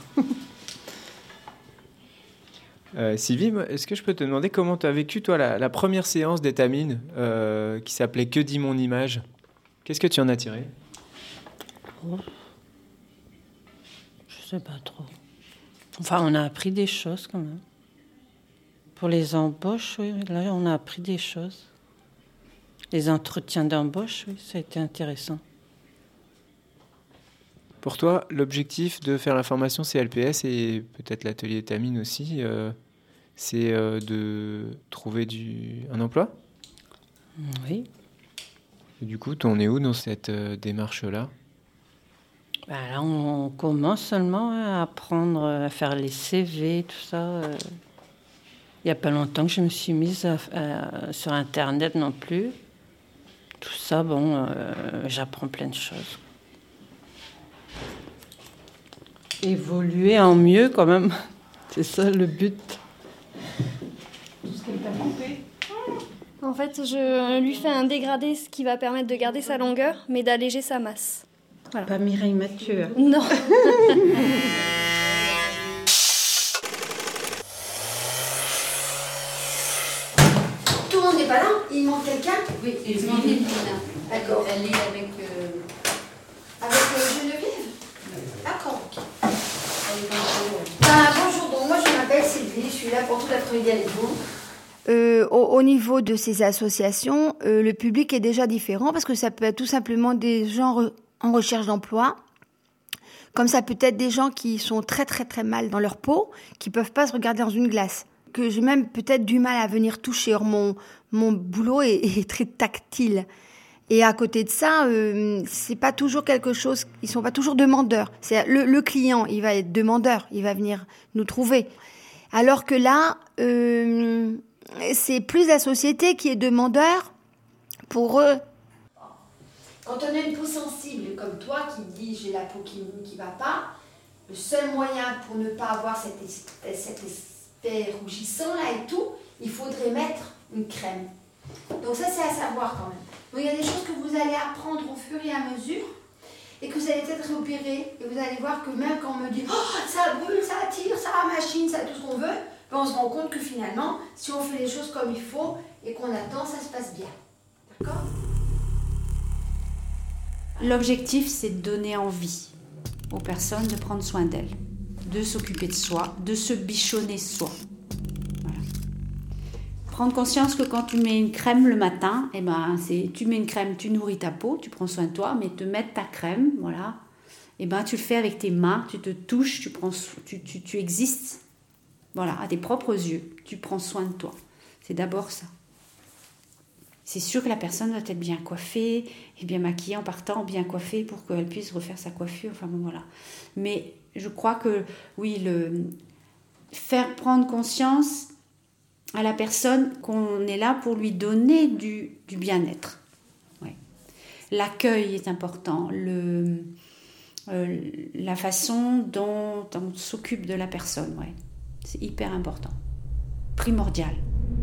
Euh, Sylvie, est-ce que je peux te demander comment tu as vécu, toi, la, la première séance d'étamine euh, qui s'appelait « Que dit mon image ?» Qu'est-ce que tu en as tiré? Oh. Je sais pas trop. Enfin, on a appris des choses quand même. Pour les embauches, oui, là, on a appris des choses. Les entretiens d'embauche, oui, ça a été intéressant. Pour toi, l'objectif de faire la formation C L P S et peut-être l'atelier étamine aussi, euh, c'est euh, de trouver du, un emploi? Oui. Et du coup, on est où dans cette euh, démarche-là? Ben là, on, on commence seulement à apprendre à faire les C V, tout ça. Euh. Il n'y a pas longtemps que je me suis mise à, à, sur Internet non plus. Tout ça, bon, euh, j'apprends plein de choses. Évoluer en mieux, quand même. C'est ça le but. Tout ce qu'elle t'a coupé. En fait, je lui fais un dégradé, ce qui va permettre de garder sa longueur, mais d'alléger sa masse. Voilà. Pas Mireille Mathieu. Hein. Non. Tout le monde n'est pas là? Il manque quelqu'un? Oui, il manque Lina. D'accord. Elle est avec... Euh... Avec euh, Geneviève? D'accord. Elle est dans le... Ben, bonjour, donc moi je m'appelle Sylvie, je suis là pour toute l'après-midi avec vous. Euh, au, au niveau de ces associations, euh, le public est déjà différent parce que ça peut être tout simplement des gens re- en recherche d'emploi, comme ça peut être des gens qui sont très très très mal dans leur peau, qui peuvent pas se regarder dans une glace, que j'ai même peut-être du mal à venir toucher. Or, mon, mon boulot est, est très tactile. Et à côté de ça, euh, c'est pas toujours quelque chose, ils sont pas toujours demandeurs. C'est le, le client, il va être demandeur, il va venir nous trouver. Alors que là, euh, c'est plus la société qui est demandeur pour eux. Quand on a une peau sensible comme toi qui dit j'ai la peau qui qui va pas, le seul moyen pour ne pas avoir cet, es- cet aspect rougissant là et tout, il faudrait mettre une crème. Donc ça c'est à savoir quand même. Donc il y a des choses que vous allez apprendre au fur et à mesure et que vous allez peut-être repérer et vous allez voir que même quand on me dit oh, ça brûle, ça attire, ça machine, ça tout ce qu'on veut, ben on se rend compte que finalement si on fait les choses comme il faut et qu'on attend, ça se passe bien. D'accord ? L'objectif, c'est de donner envie aux personnes de prendre soin d'elles, de s'occuper de soi, de se bichonner soi. Voilà. Prendre conscience que quand tu mets une crème le matin, eh ben, c'est, tu mets une crème, tu nourris ta peau, tu prends soin de toi, mais te mettre ta crème, voilà, eh ben, tu le fais avec tes mains, tu te touches, tu, prends, tu, tu, tu existes, voilà, à tes propres yeux, tu prends soin de toi. C'est d'abord ça. C'est sûr que la personne doit être bien coiffée et bien maquillée en partant, bien coiffée pour qu'elle puisse refaire sa coiffure. Enfin bon, voilà. Mais je crois que, oui, le faire prendre conscience à la personne qu'on est là pour lui donner du, du bien-être. Ouais. L'accueil est important. Le, euh, la façon dont on s'occupe de la personne, ouais. C'est hyper important. Primordial.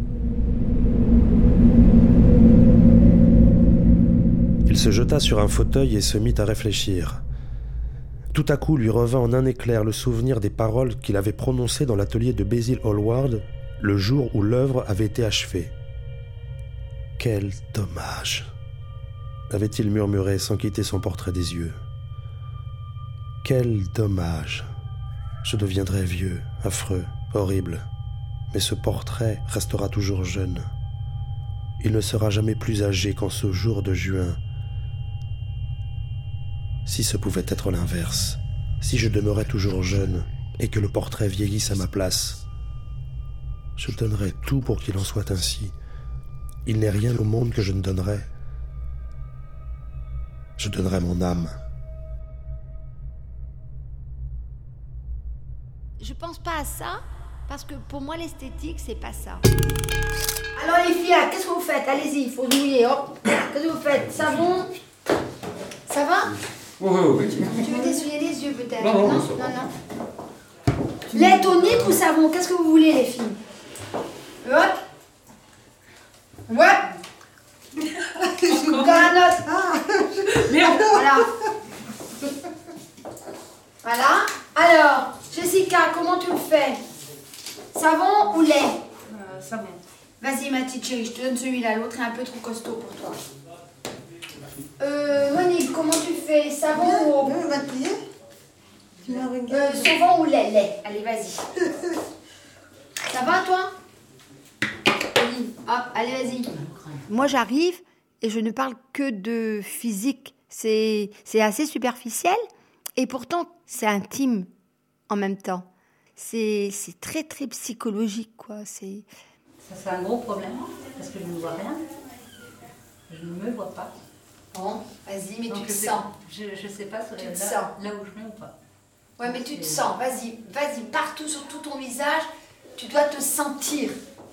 Il se jeta sur un fauteuil et se mit à réfléchir. Tout à coup lui revint en un éclair le souvenir des paroles qu'il avait prononcées dans l'atelier de Basil Hallward le jour où l'œuvre avait été achevée. « Quel dommage !» avait-il murmuré sans quitter son portrait des yeux. « Quel dommage ! Je deviendrai vieux, affreux, horrible, mais ce portrait restera toujours jeune. Il ne sera jamais plus âgé qu'en ce jour de juin. Si ce pouvait être l'inverse, si je demeurais toujours jeune et que le portrait vieillisse à ma place, je donnerais tout pour qu'il en soit ainsi. Il n'est rien au monde que je ne donnerais. Je donnerais mon âme. Je pense pas à ça, parce que pour moi l'esthétique c'est pas ça. Alors les filles, qu'est-ce que vous faites? Allez-y, il faut mouiller, hop. Qu'est-ce que vous faites? Savon? Ça va? Oui, oui, oui. Tu veux t'essuyer les yeux peut-être? Non, non, non, ça va. non, non. Lait tonique ou savon? Qu'est-ce que vous voulez, les filles? Hop. Ouais. Encore un autre. Voilà. Voilà. Alors, Jessica, comment tu le fais? Savon ou lait? Euh, savon. Vas-y, ma petite chérie, je te donne celui-là. L'autre est un peu trop costaud pour toi. Euh, Monique, comment tu fais? Savon ou... Euh, savon ou lait? Lait. Allez, vas-y. Ça va, toi? Oui. Hop, allez, vas-y. Moi, j'arrive et je ne parle que de physique. C'est, c'est assez superficiel et pourtant, c'est intime en même temps. C'est, c'est très, très psychologique, quoi. C'est... Ça, c'est un gros problème, parce que je ne vois rien. Je ne me vois pas. Bon, vas-y, mais Donc, tu te je sais- sens. Je ne sais pas sur Tu là, te sens. là où je mets ou pas. Ouais, mais tu te sens. Vas-y, vas-y, partout sur tout ton visage, tu dois te sentir.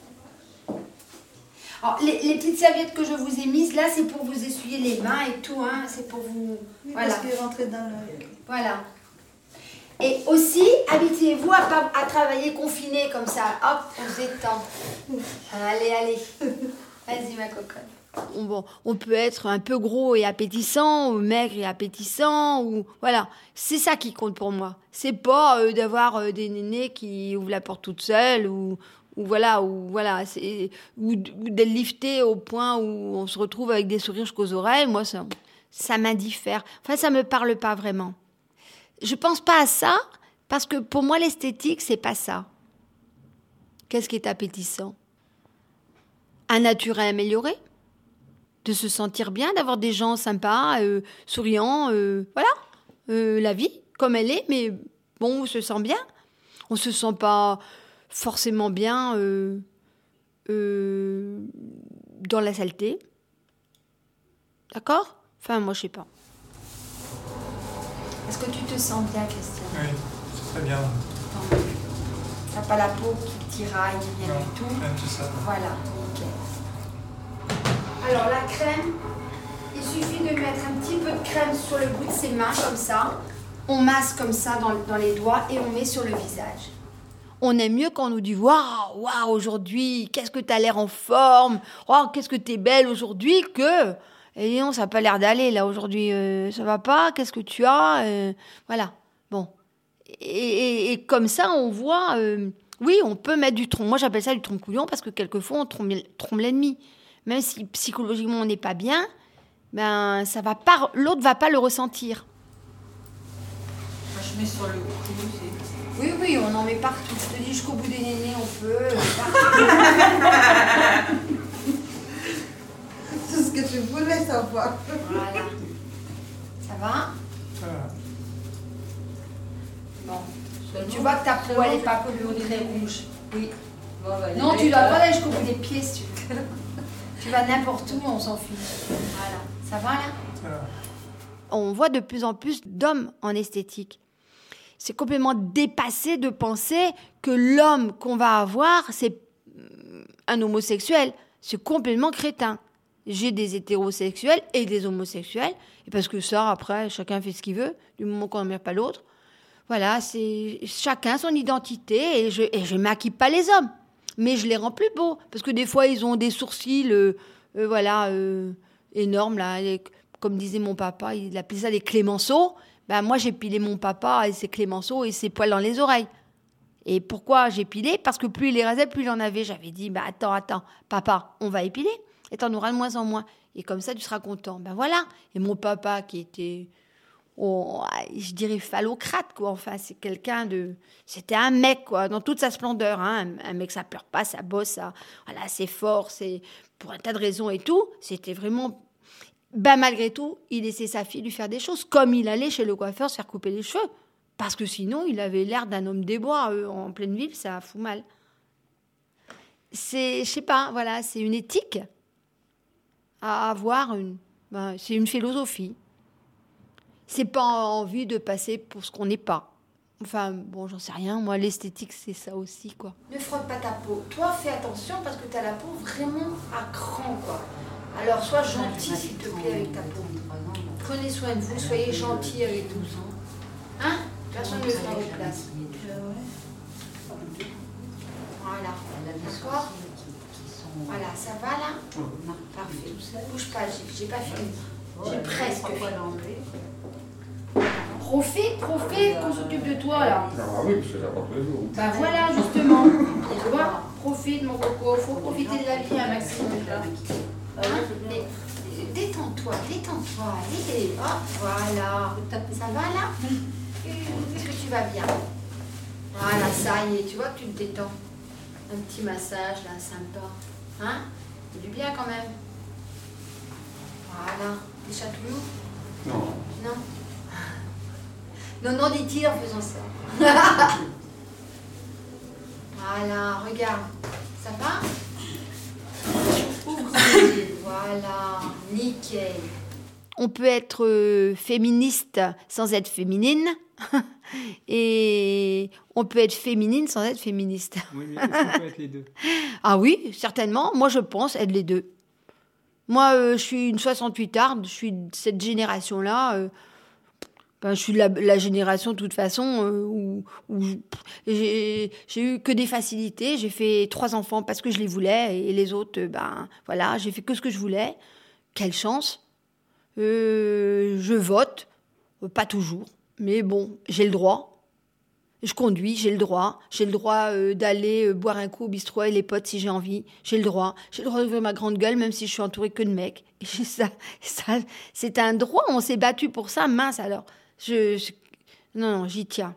Alors, les, les petites serviettes que je vous ai mises là, c'est pour vous essuyer les mains et tout, hein. C'est pour vous. Oui, voilà. parce qu'il est rentré dans le... Voilà. Et aussi, habituez-vous à pas à travailler confiné comme ça. Hop, on se détend. Allez, allez. Vas-y, ma cocotte. On, bon, on peut être un peu gros et appétissant, ou maigre et appétissant, ou voilà. C'est ça qui compte pour moi. C'est pas euh, d'avoir euh, des nénés qui ouvrent la porte toute seule, ou, ou voilà, ou voilà, c'est, ou, ou d'être lifté au point où on se retrouve avec des sourires jusqu'aux oreilles. Moi, ça, ça m'indiffère. Enfin, ça me parle pas vraiment. Je pense pas à ça parce que pour moi l'esthétique c'est pas ça. Qu'est-ce qui est appétissant? Un naturel amélioré, de se sentir bien, d'avoir des gens sympas, euh, souriants, euh, voilà, euh, la vie comme elle est, mais bon, on se sent bien. On se sent pas forcément bien euh, euh, dans la saleté, d'accord? Enfin, moi je sais pas. Est-ce que tu te sens bien, Christian? Oui, c'est très bien. T'as pas la peau qui tiraille, rien Non, du tout. rien de tout ça. Voilà, nickel. Alors la crème, il suffit de mettre un petit peu de crème sur le bout de ses mains, comme ça. On masse comme ça dans, dans les doigts et on met sur le visage. On aime mieux quand on nous dit « Waouh, waouh, aujourd'hui, qu'est-ce que t'as l'air en forme, oh, qu'est-ce que t'es belle aujourd'hui » que... Et non, ça n'a pas l'air d'aller, là, aujourd'hui. Euh, ça va pas? Qu'est-ce que tu as? euh, Voilà. Bon. Et, et, et comme ça, on voit... Euh, oui, on peut mettre du tronc. Moi, j'appelle ça du tronc-couillon parce que quelquefois, on trompe, trompe l'ennemi. Même si psychologiquement, on n'est pas bien, ben, ça va pas, l'autre ne va pas le ressentir. Moi, je mets sur le cou, c'est... Oui, oui, on en met partout. Je te dis, jusqu'au bout des nénés, on peut. C'est ce que tu voulais savoir. Voilà. Ça va? Ça va. Bon. Et tu vois que ta peau, elle n'est pas polluée, très rouge. Oui. Bon, bah, Non, les tu dois mecs, pas euh, aller jusqu'au bout des pieds, si tu veux. Tu vas n'importe où, on s'en fiche. Voilà. Ça va, là? Ça va. On voit de plus en plus d'hommes en esthétique. C'est complètement dépassé de penser que l'homme qu'on va avoir, c'est un homosexuel. C'est complètement crétin. J'ai des hétérosexuels et des homosexuels. Et parce que ça, après, chacun fait ce qu'il veut, du moment qu'on n'emmerde pas l'autre. Voilà, c'est chacun son identité. Et je et je maquille pas les hommes. Mais je les rends plus beaux. Parce que des fois, ils ont des sourcils, euh, euh, voilà, euh, énormes, là. Les, comme disait mon papa, il appelait ça des clémenceaux. Ben, moi, j'ai pilé mon papa et ses clémenceaux et ses poils dans les oreilles. Et pourquoi j'ai pilé? Parce que plus il les rasait, plus il en avait. J'avais dit, bah, attends, attends, papa, on va épiler. Et t'en auras de moins en moins. Et comme ça, tu seras content. Ben voilà. Et mon papa, qui était, oh, je dirais, phallocrate, quoi. Enfin, c'est quelqu'un de... C'était un mec, quoi, dans toute sa splendeur. Hein. Un, un mec, ça pleure pas, ça bosse, ça... Voilà, c'est fort, c'est... Pour un tas de raisons et tout. C'était vraiment... Ben, malgré tout, il laissait sa fille lui faire des choses. Comme il allait chez le coiffeur se faire couper les cheveux. Parce que sinon, il avait l'air d'un homme des bois. Euh, en pleine ville, ça fout mal. C'est, je sais pas, voilà, c'est une éthique à avoir. Une, ben, c'est une philosophie. C'est pas envie de passer pour ce qu'on n'est pas. Enfin, bon, j'en sais rien. Moi, l'esthétique, c'est ça aussi, quoi. Ne frotte pas ta peau. Toi, fais attention parce que t'as la peau vraiment à cran, quoi. Alors, sois gentil, s'il te plaît, avec ta peau. Prenez soin de vous, soyez gentils avec tous. Hein? Personne ne le fera à votre place. Voilà. D'accord? Voilà, ça va là? Parfait. Bouge pas, j'ai pas fini. J'ai presque fini. Profite, profite qu'on s'occupe de toi là. Ah oui, parce que ça va pas tous les jours. Bah voilà, justement. Tu vois? Profite mon coco, faut profiter de la vie, hein, Maxime. Hein? Détends-toi, détends-toi. Allez, hop, voilà. Ça va là? Est-ce que tu vas bien? Voilà, ça y est, tu vois que tu te détends. Un petit massage là, sympa. Hein? C'est du bien quand même. Voilà. Des chatouilloux? Non. Non? Non, non, dit-il en faisant ça. Voilà, regarde. Ça va? Voilà, nickel. On peut être euh, féministe sans être féminine. Et on peut être féminine sans être féministe. Oui, mais est-ce qu'on peut être les deux? Ah oui, certainement. Moi, je pense être les deux. Moi, euh, je suis une soixante-huitarde, je suis de cette génération-là. Euh, ben, je suis de la, la génération, de toute façon, euh, où, où j'ai, j'ai eu que des facilités. J'ai fait trois enfants parce que je les voulais. Et les autres, euh, ben voilà, j'ai fait que ce que je voulais. Quelle chance. Euh, je vote. Euh, pas toujours. Mais bon, j'ai le droit. Je conduis, j'ai le droit. J'ai le droit euh, d'aller euh, boire un coup au bistrot avec les potes si j'ai envie. J'ai le droit. J'ai le droit d'ouvrir ma grande gueule même si je suis entourée que de mecs. Et ça, ça, c'est un droit. On s'est battu pour ça. Mince alors. Je, je... Non, non, j'y tiens.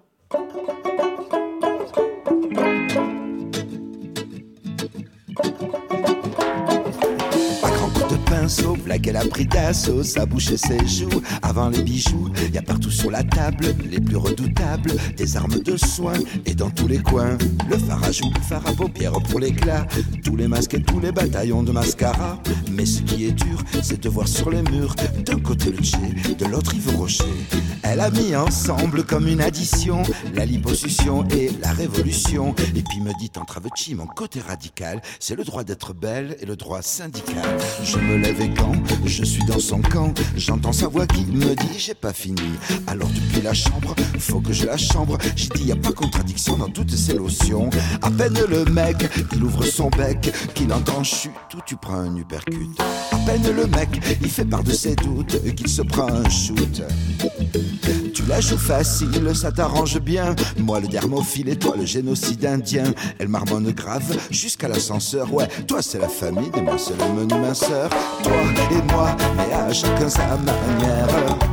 Pinceau, là qu'elle a pris d'assaut, sa bouche et ses joues. Avant les bijoux, y a partout sur la table les plus redoutables, des armes de soin et dans tous les coins. Le phare à joues, le phare à paupières pour l'éclat, tous les masques et tous les bataillons de mascara. Mais ce qui est dur, c'est de voir sur les murs, d'un côté le Che, de l'autre Yves Rocher. Elle a mis ensemble comme une addition la liposuction et la révolution. Et puis me dit en Travechi, mon côté radical, c'est le droit d'être belle et le droit syndical. Je me lève et quand je suis dans son camp, j'entends sa voix qui me dit j'ai pas fini. Alors depuis la chambre, faut que je la chambre. J'ai dit y a pas contradiction dans toutes ces lotions. À peine le mec, il ouvre son bec, qu'il entend chute ou tu prends un uppercut. À peine le mec, il fait part de ses doutes, qu'il se prend un shoot. Tu la joues facile, ça t'arrange bien. Moi le dermophile et toi le génocide indien. Elle marmonne grave jusqu'à l'ascenseur. Ouais, toi c'est la famille et moi c'est le menu minceur. Toi et moi, mais à chacun sa manière.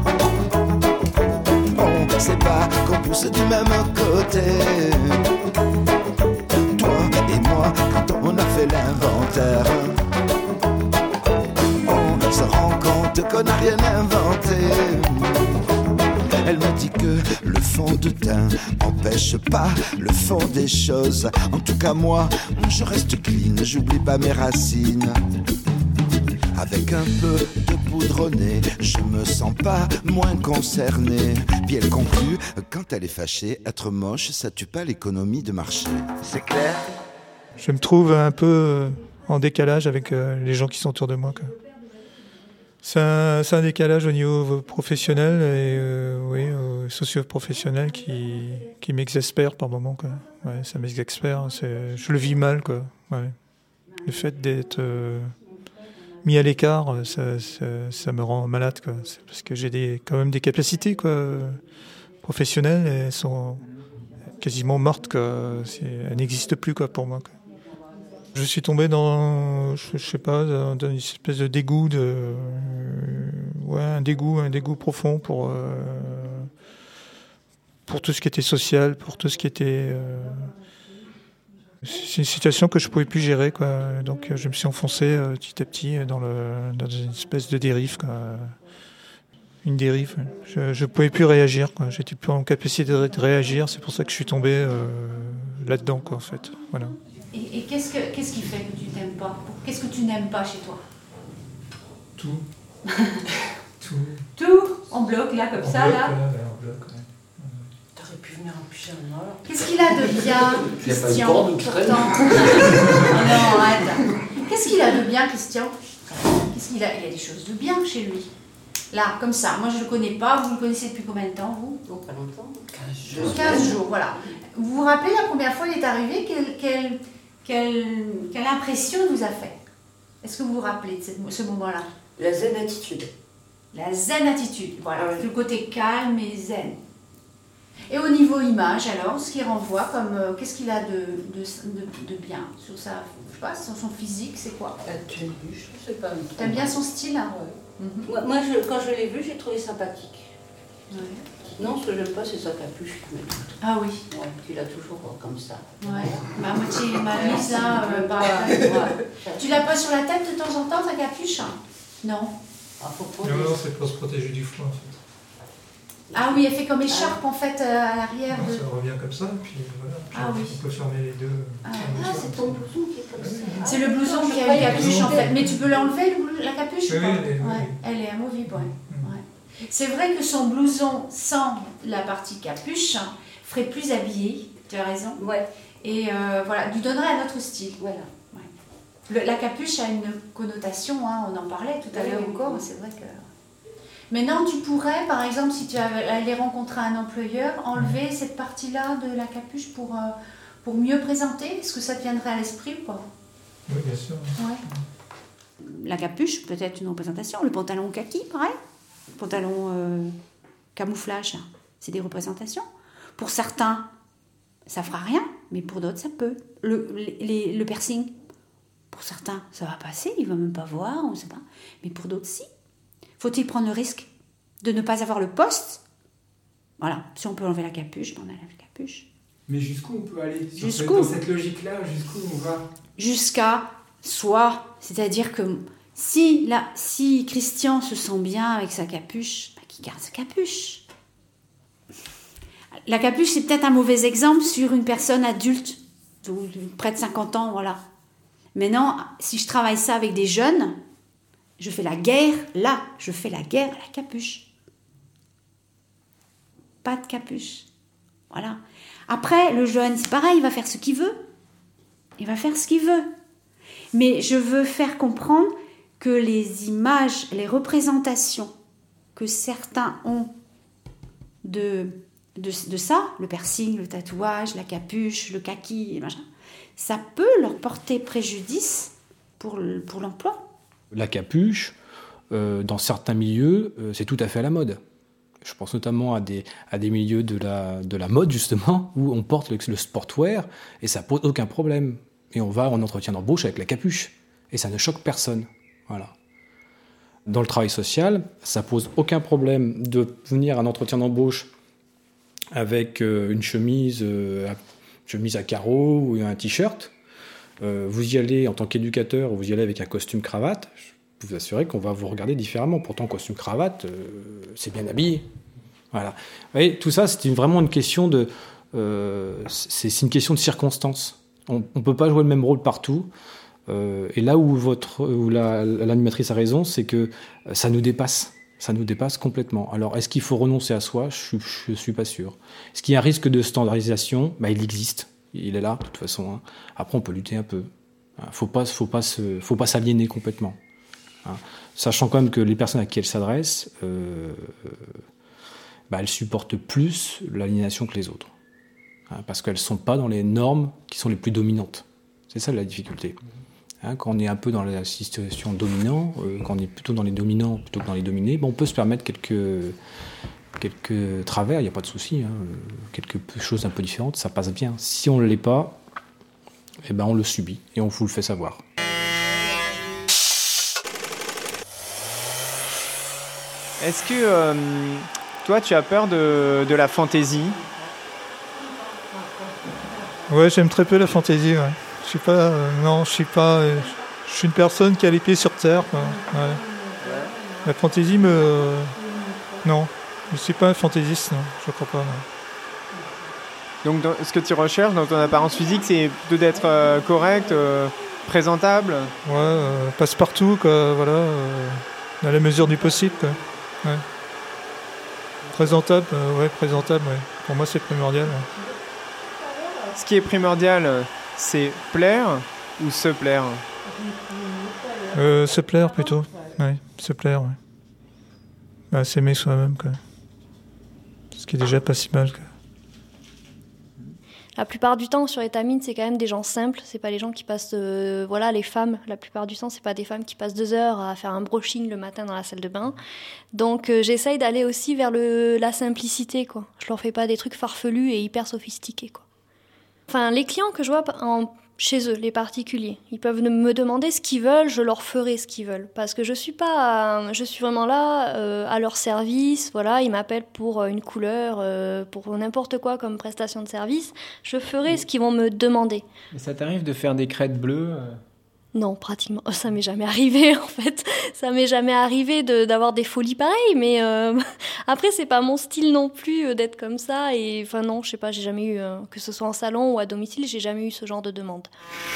On sait pas qu'on pousse du même côté. Toi et moi, quand on a fait l'inventaire, on se rend compte qu'on n'a rien inventé. Elle me dit que le fond de teint empêche pas le fond des choses. En tout cas moi, je reste clean, j'oublie pas mes racines. Avec un peu de poudre au nez, je me sens pas moins concerné. Puis elle conclut, quand elle est fâchée, être moche, ça tue pas l'économie de marché. C'est clair? Je me trouve un peu en décalage avec les gens qui sont autour de moi, quoi. C'est un, c'est un décalage au niveau professionnel et euh, oui, euh, socio-professionnel qui, qui m'exaspère par moments, quoi. Ouais, ça m'exaspère, c'est, je le vis mal, quoi. Ouais. Le fait d'être euh, mis à l'écart, ça, ça, ça me rend malade, quoi. C'est parce que j'ai des, quand même des capacités, quoi, professionnelles, et elles sont quasiment mortes, quoi. C'est, elles n'existent plus, quoi, pour moi, quoi. Je suis tombé dans, je, je sais pas, dans, dans une espèce de dégoût, de, euh, ouais, un dégoût, un dégoût profond pour euh, pour tout ce qui était social, pour tout ce qui était. Euh, c'est une situation que je pouvais plus gérer, quoi. Donc je me suis enfoncé euh, petit à petit dans le dans une espèce de dérive, quoi. Une dérive. Je je pouvais plus réagir, quoi. J'étais plus en capacité de, de réagir. C'est pour ça que je suis tombé euh, là-dedans, quoi, en fait. Voilà. Et, et qu'est-ce, que, qu'est-ce qui fait que tu t'aimes pas? Qu'est-ce que tu n'aimes pas chez toi? Tout. Tout. Tout en bloc, là, comme en ça, bloc, là. là, en bloc, ouais. T'aurais pu venir en pyjama, alors. Qu'est-ce qu'il a de bien, Christian, pourtant? Oh non, arrête. Qu'est-ce qu'il a de bien, Christian? Qu'est-ce qu'il a? Il y a des choses de bien chez lui. Là, comme ça. Moi, je ne le connais pas. Vous le connaissez depuis combien de temps, vous? Donc, pas longtemps. quinze jours. quinze jours, voilà. Vous vous rappelez la première fois qu'il est arrivé, quelle, quelle, quelle, quelle impression il vous a fait? Est-ce que vous vous rappelez de ce, ce moment-là? La zen attitude. La zen attitude, voilà. Ah oui. Le côté calme et zen. Et au niveau image, alors, ce qu'il renvoie comme... Euh, qu'est-ce qu'il a de, de, de, de bien sur sa... Je sais pas, sur son physique, c'est quoi? La tenue, je sais pas. T'aimes bien son style, hein? Ouais. Mm-hmm. Moi, moi je, quand je l'ai vu, j'ai trouvé sympathique. Ouais. Non, ce que j'aime pas, c'est sa capuche. Ah oui. Ouais, qu'il a toujours euh, comme ça. Ouais. Ma moitié, ma mise là, euh, par ouais. Ouais. Tu la poses sur la tête de temps en temps, ta capuche? Non. Ah, faut protéger. Non, non, c'est pour se protéger du froid, en fait. Ah oui, elle fait comme écharpe ah. en fait euh, à l'arrière. Non, de... Ça revient comme ça, puis voilà. Puis ah on, oui. on peut fermer les deux. Ah, ah c'est ton blouson qui est comme ça. Ah, c'est le blouson qui a une capuche en fait. Mais tu peux l'enlever, la capuche oui, ou pas? oui, oui, ouais. oui. Elle est amovible, ouais. Mmh. ouais. C'est vrai que son blouson sans la partie capuche ferait plus habillé, tu as raison. Ouais. Et euh, voilà, lui donnerait un autre style. Voilà. Ouais. Le, la capuche a une connotation, hein, on en parlait tout à l'heure oui, encore, oui. C'est vrai que... Maintenant, tu pourrais, par exemple, si tu allais rencontrer un employeur, enlever cette partie-là de la capuche pour, euh, pour mieux présenter. Est-ce que ça te viendrait à l'esprit ou pas? Oui, bien sûr. Ouais. La capuche, peut-être une représentation. Le pantalon kaki, pareil. Le pantalon euh, camouflage, c'est des représentations. Pour certains, ça fera rien, mais pour d'autres, ça peut. Le, les, le piercing, pour certains, ça va passer, il ne va même pas voir, on ne sait pas. Mais pour d'autres, si. Faut-il prendre le risque de ne pas avoir le poste? Voilà, si on peut enlever la capuche, on enlève la capuche. Mais jusqu'où on peut aller jusqu'où? Dans cette logique-là, jusqu'où on va? Jusqu'à soi. C'est-à-dire que si, là, si Christian se sent bien avec sa capuche, bah, qu'il garde sa capuche. La capuche, c'est peut-être un mauvais exemple sur une personne adulte, près de cinquante ans, voilà. Maintenant, si je travaille ça avec des jeunes... Je fais la guerre, là, je fais la guerre à la capuche. Pas de capuche. Voilà. Après, le jeune, c'est pareil, il va faire ce qu'il veut. Il va faire ce qu'il veut. Mais je veux faire comprendre que les images, les représentations que certains ont de, de, de ça, le piercing, le tatouage, la capuche, le kaki, machin, ça peut leur porter préjudice pour, pour l'emploi. La capuche, euh, dans certains milieux, euh, c'est tout à fait à la mode. Je pense notamment à des, à des milieux de la, de la mode, justement, où on porte le, le sportwear et ça pose aucun problème. Et on va en entretien d'embauche avec la capuche. Et ça ne choque personne. Voilà. Dans le travail social, ça pose aucun problème de venir à un entretien d'embauche avec euh, une chemise, euh, chemise à carreaux ou un t-shirt. Euh, vous y allez en tant qu'éducateur, vous y allez avec un costume cravate, je peux vous assurer qu'on va vous regarder différemment. Pourtant, costume cravate, euh, c'est bien habillé. Voilà. Vous voyez, tout ça, c'est une, vraiment une question de, euh, c'est, c'est une question de circonstance. On ne peut pas jouer le même rôle partout. Euh, et là où, votre, où la, l'animatrice a raison, c'est que ça nous dépasse. Ça nous dépasse complètement. Alors, est-ce qu'il faut renoncer à soi? Je ne suis pas sûr. Est-ce qu'il y a un risque de standardisation? Bah, il existe. Il est là, de toute façon. Hein. Après, on peut lutter un peu. Il ne faut pas, faut pas, se, faut pas s'aliéner complètement. Hein. Sachant quand même que les personnes à qui elles s'adressent, euh, bah, elles supportent plus l'aliénation que les autres. Hein, parce qu'elles ne sont pas dans les normes qui sont les plus dominantes. C'est ça la difficulté. Hein, quand on est un peu dans la situation dominante, euh, quand on est plutôt dans les dominants plutôt que dans les dominés, bah, on peut se permettre quelques... quelques travers, il n'y a pas de souci, hein. Quelque chose un peu différentes, ça passe bien. Si on ne l'est pas, eh ben on le subit et on vous le fait savoir. Est-ce que euh, toi, tu as peur de, de la fantaisie? Ouais, j'aime très peu la fantaisie. Ouais. Je suis pas, euh, non, je suis pas, euh, je suis une personne qui a les pieds sur terre. Quoi. Ouais. La fantaisie me, euh, non. Je ne suis pas un fantaisiste, non, je ne crois pas. Non. Donc, dans, ce que tu recherches dans ton apparence physique, c'est plutôt d'être euh, correct, euh, présentable? Ouais, euh, passe-partout, quoi, voilà, euh, dans la mesure du possible, quoi. Ouais. Présentable, euh, ouais, présentable, ouais. Pour moi, c'est primordial. Ouais. Ce qui est primordial, c'est plaire ou se plaire? euh, Se plaire, plutôt, ouais, se plaire, ouais. Bah, s'aimer soi-même, quoi. Ce qui est déjà pas si mal, quoi. La plupart du temps, sur Étamines, c'est quand même des gens simples. C'est pas les gens qui passent... Euh, voilà, les femmes, la plupart du temps, c'est pas des femmes qui passent deux heures à faire un brushing le matin dans la salle de bain. Donc, euh, j'essaye d'aller aussi vers le, la simplicité, quoi. Je leur fais pas des trucs farfelus et hyper sophistiqués, quoi. Enfin, les clients que je vois en... chez eux, les particuliers, ils peuvent me demander ce qu'ils veulent, je leur ferai ce qu'ils veulent. Parce que je suis pas, je suis vraiment là euh, à leur service. Voilà, ils m'appellent pour une couleur, euh, pour n'importe quoi comme prestation de service. Je ferai ce qu'ils vont me demander. Et ça t'arrive de faire des crêtes bleues euh... Non, pratiquement. Ça m'est jamais arrivé, en fait. Ça m'est jamais arrivé de, d'avoir des folies pareilles, mais euh, après, c'est pas mon style non plus euh, d'être comme ça. Et enfin, non, je sais pas, j'ai jamais eu, euh, que ce soit en salon ou à domicile, j'ai jamais eu ce genre de demande.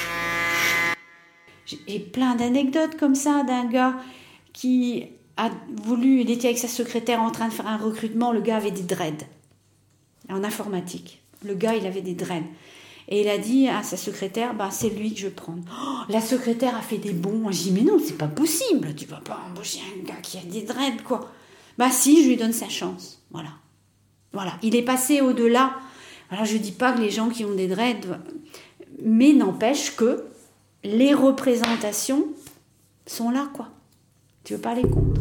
J'ai plein d'anecdotes comme ça d'un gars qui a voulu, il était avec sa secrétaire en train de faire un recrutement, le gars avait des dreads en informatique. Le gars, il avait des dreads. Et il a dit à sa secrétaire, bah, c'est lui que je vais prendre. Oh, la secrétaire a fait des bons. J'ai dit, mais non, c'est pas possible. Tu vas pas embaucher un gars qui a des dreads, quoi. Bah si, je lui donne sa chance. Voilà. Voilà. Il est passé au-delà. Alors, je dis pas que les gens qui ont des dreads... Mais n'empêche que les représentations sont là, quoi. Tu veux pas aller contre.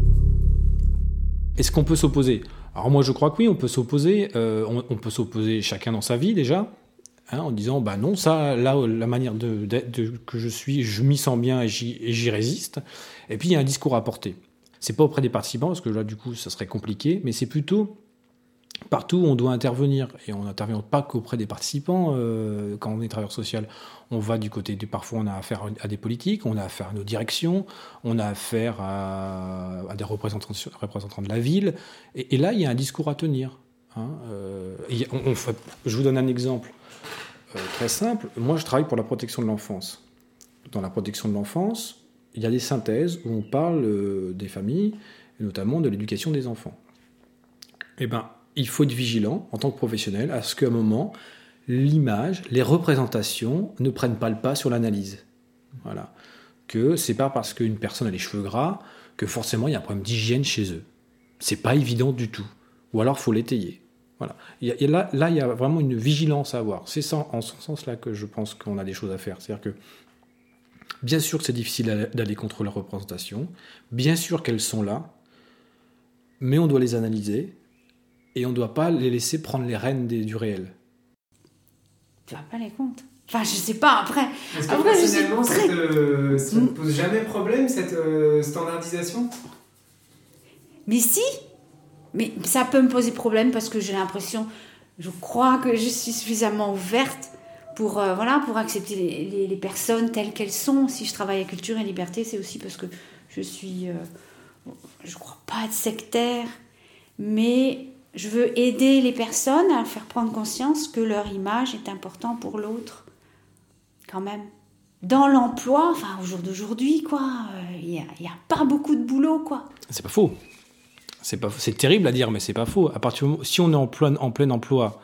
Est-ce qu'on peut s'opposer ? Alors moi, je crois que oui, on peut s'opposer. Euh, on, on peut s'opposer chacun dans sa vie, déjà. Hein, en disant, bah non, ça, là, la manière de, de, de, que je suis, je m'y sens bien et j'y, et j'y résiste. Et puis, il y a un discours à porter. C'est pas auprès des participants, parce que là, du coup, ça serait compliqué, mais c'est plutôt partout où on doit intervenir. Et on n'intervient pas qu'auprès des participants euh, quand on est travailleur social. On va du côté, de, parfois, on a affaire à des politiques, on a affaire à nos directions, on a affaire à, à des représentants, représentants de la ville. Et, et là, il y a un discours à tenir. Hein, euh, et on, on fait, je vous donne un exemple. Euh, très simple, moi je travaille pour la protection de l'enfance. Dans la protection de l'enfance, il y a des synthèses où on parle euh, des familles, et notamment de l'éducation des enfants. Eh bien, il faut être vigilant, en tant que professionnel, à ce qu'à un moment, l'image, les représentations ne prennent pas le pas sur l'analyse. Voilà. Que c'est pas parce qu'une personne a les cheveux gras que forcément il y a un problème d'hygiène chez eux. C'est pas évident du tout. Ou alors il faut l'étayer. Voilà. Il y a, et là, là, il y a vraiment une vigilance à avoir. C'est ça, en ce sens-là que je pense qu'on a des choses à faire. C'est-à-dire que, bien sûr que c'est difficile d'aller contre leurs représentations, bien sûr qu'elles sont là, mais on doit les analyser et on ne doit pas les laisser prendre les rênes des, du réel. Tu vas pas les contre. Enfin, je sais pas, après... Est-ce que après, personnellement, très... ça ne te, te pose jamais problème, cette euh, standardisation ? Mais si. Mais ça peut me poser problème parce que j'ai l'impression, je crois que je suis suffisamment ouverte pour, euh, voilà, pour accepter les, les, les personnes telles qu'elles sont. Si je travaille à culture et liberté, c'est aussi parce que je suis, euh, je crois pas être sectaire, mais je veux aider les personnes à faire prendre conscience que leur image est importante pour l'autre, quand même. Dans l'emploi, enfin au jour d'aujourd'hui, quoi, il n'y a, y a pas beaucoup de boulot, quoi. C'est pas faux. C'est, pas, c'est terrible à dire, mais c'est pas faux. À partir du moment, si on est en plein, en plein emploi,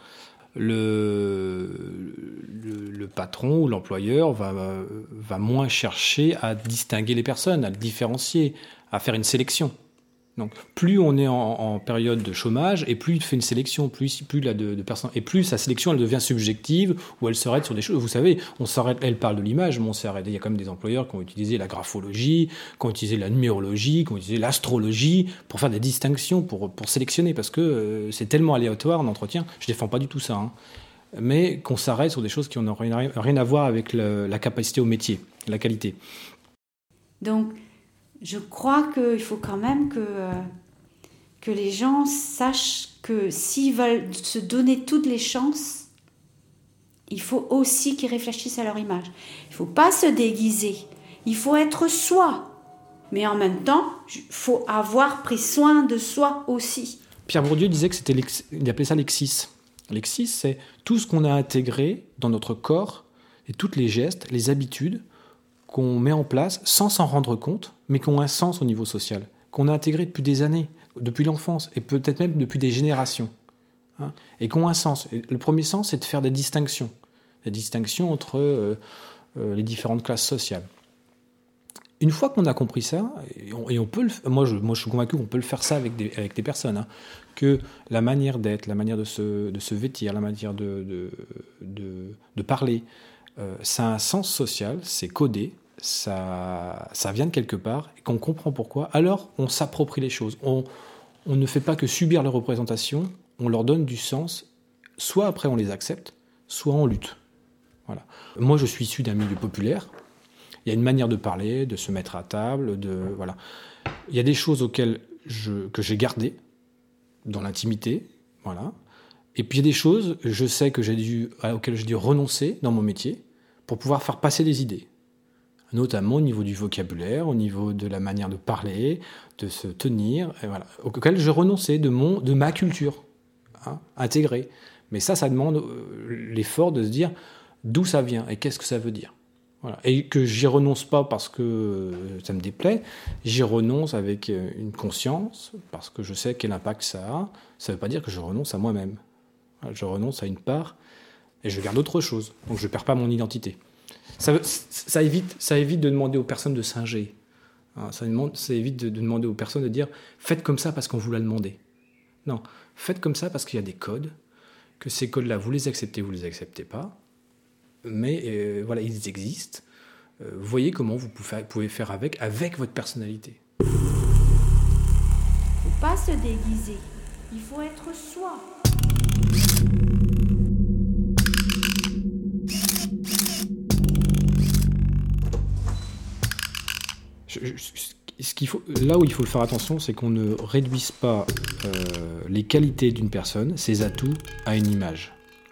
le, le, le patron ou l'employeur va, va moins chercher à distinguer les personnes, à le différencier, à faire une sélection. Donc, plus on est en, en période de chômage, et plus il fait une sélection, plus, plus il a de, de personnes, et plus sa sélection elle devient subjective, ou elle s'arrête sur des choses. Vous savez, on s'arrête, elle parle de l'image, mais on s'arrête. Il y a quand même des employeurs qui ont utilisé la graphologie, qui ont utilisé la numérologie, qui ont utilisé l'astrologie pour faire des distinctions, pour, pour sélectionner, parce que euh, c'est tellement aléatoire en entretien. Je défends pas du tout ça, hein, mais qu'on s'arrête sur des choses qui n'ont rien, rien à voir avec le, la capacité au métier, la qualité. Donc, je crois qu'il faut quand même que, euh, que les gens sachent que s'ils veulent se donner toutes les chances, il faut aussi qu'ils réfléchissent à leur image. Il ne faut pas se déguiser, il faut être soi. Mais en même temps, il faut avoir pris soin de soi aussi. Pierre Bourdieu disait que c'était il appelait ça l'exis. L'exis, c'est tout ce qu'on a intégré dans notre corps, et tous les gestes, les habitudes, qu'on met en place sans s'en rendre compte, mais qui ont un sens au niveau social, qu'on a intégré depuis des années, depuis l'enfance, et peut-être même depuis des générations, hein, et qui ont un sens. Et le premier sens, c'est de faire des distinctions, des distinctions entre euh, euh, les différentes classes sociales. une fois qu'on a compris ça, et on, et on peut le, moi, je, moi je suis convaincu qu'on peut le faire ça avec des, avec des personnes, hein, que la manière d'être, la manière de se, de se vêtir, la manière de, de, de, de parler, euh, ça a un sens social, c'est codé, ça, ça vient de quelque part, et qu'on comprend pourquoi, alors on s'approprie les choses. On, on ne fait pas que subir les représentations, on leur donne du sens, soit après on les accepte, soit on lutte. Voilà. Moi je suis issu d'un milieu populaire, il y a une manière de parler, de se mettre à table, de, voilà. Il y a des choses auxquelles je, que j'ai gardées dans l'intimité, voilà. Et puis il y a des choses, je sais que j'ai dû, auxquelles j'ai dû renoncer dans mon métier pour pouvoir faire passer des idées, notamment au niveau du vocabulaire, au niveau de la manière de parler, de se tenir, et voilà, auxquelles je renonçais de, mon, de ma culture, hein, intégrée. Mais ça, ça demande l'effort de se dire d'où ça vient et qu'est-ce que ça veut dire. Voilà. Et que j'y renonce pas parce que ça me déplaît, j'y renonce avec une conscience, parce que je sais quel impact ça a. Ça ne veut pas dire que je renonce à moi-même. Je renonce à une part et je garde autre chose. Donc je ne perds pas mon identité. Ça, ça, évite, ça évite de demander aux personnes de singer. Ça, demande, ça évite de, de demander aux personnes de dire « faites comme ça parce qu'on vous l'a demandé ». Non, faites comme ça parce qu'il y a des codes, que ces codes-là, vous les acceptez, vous ne les acceptez pas. Mais euh, voilà, ils existent. Euh, voyez comment vous pouvez faire avec, avec votre personnalité. Il ne faut pas se déguiser. Il faut être soi. Je, je, ce qu'il faut, là où il faut faire attention, c'est qu'on ne réduise pas euh, les qualités d'une personne, ses atouts, à une image.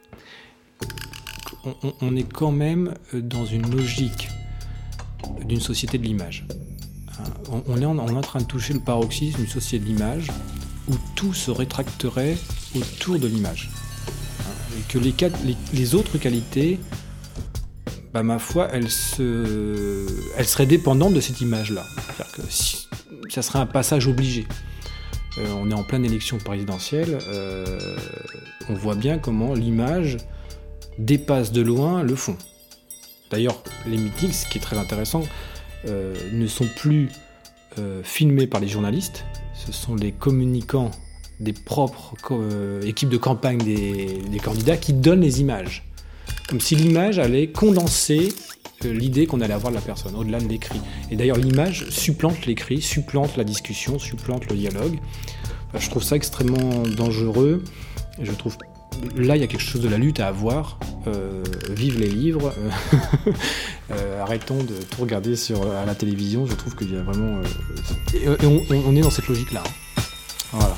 On, on est quand même dans une logique d'une société de l'image. On, on est en, on est en train de toucher le paroxysme d'une société de l'image où tout se rétracterait autour de l'image. Et que les, les, les autres qualités, bah, ma foi, elles, se, elles seraient dépendantes de cette image-là. C'est-à-dire que si, ça serait un passage obligé. Euh, on est en pleine élection présidentielle, euh, on voit bien comment l'image dépasse de loin le fond. D'ailleurs, les meetings, ce qui est très intéressant, euh, ne sont plus euh, filmés par les journalistes, ce sont les communicants des propres euh, équipes de campagne des, des candidats qui donnent les images. Comme si l'image allait condenser euh, l'idée qu'on allait avoir de la personne, au-delà de l'écrit. Et d'ailleurs, l'image supplante l'écrit, supplante la discussion, supplante le dialogue. Enfin, je trouve ça extrêmement dangereux. Et je trouve là, il y a quelque chose de la lutte à avoir. Euh, vive les livres. euh, arrêtons de tout regarder sur, à la télévision. Je trouve qu'il y a vraiment... Euh, et, et on, on est dans cette logique-là. Hein. Voilà.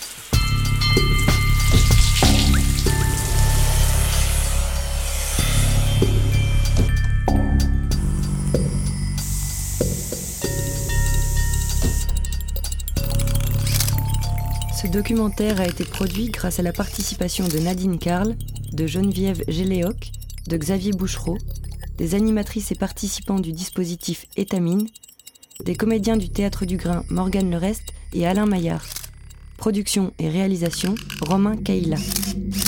Ce documentaire a été produit grâce à la participation de Nadine Carle, de Geneviève Géléoc, de Xavier Bouchereau, des animatrices et participants du dispositif Étamine, des comédiens du Théâtre du Grain Morgane Lerest et Alain Maillard. Production et réalisation Romain Caïla.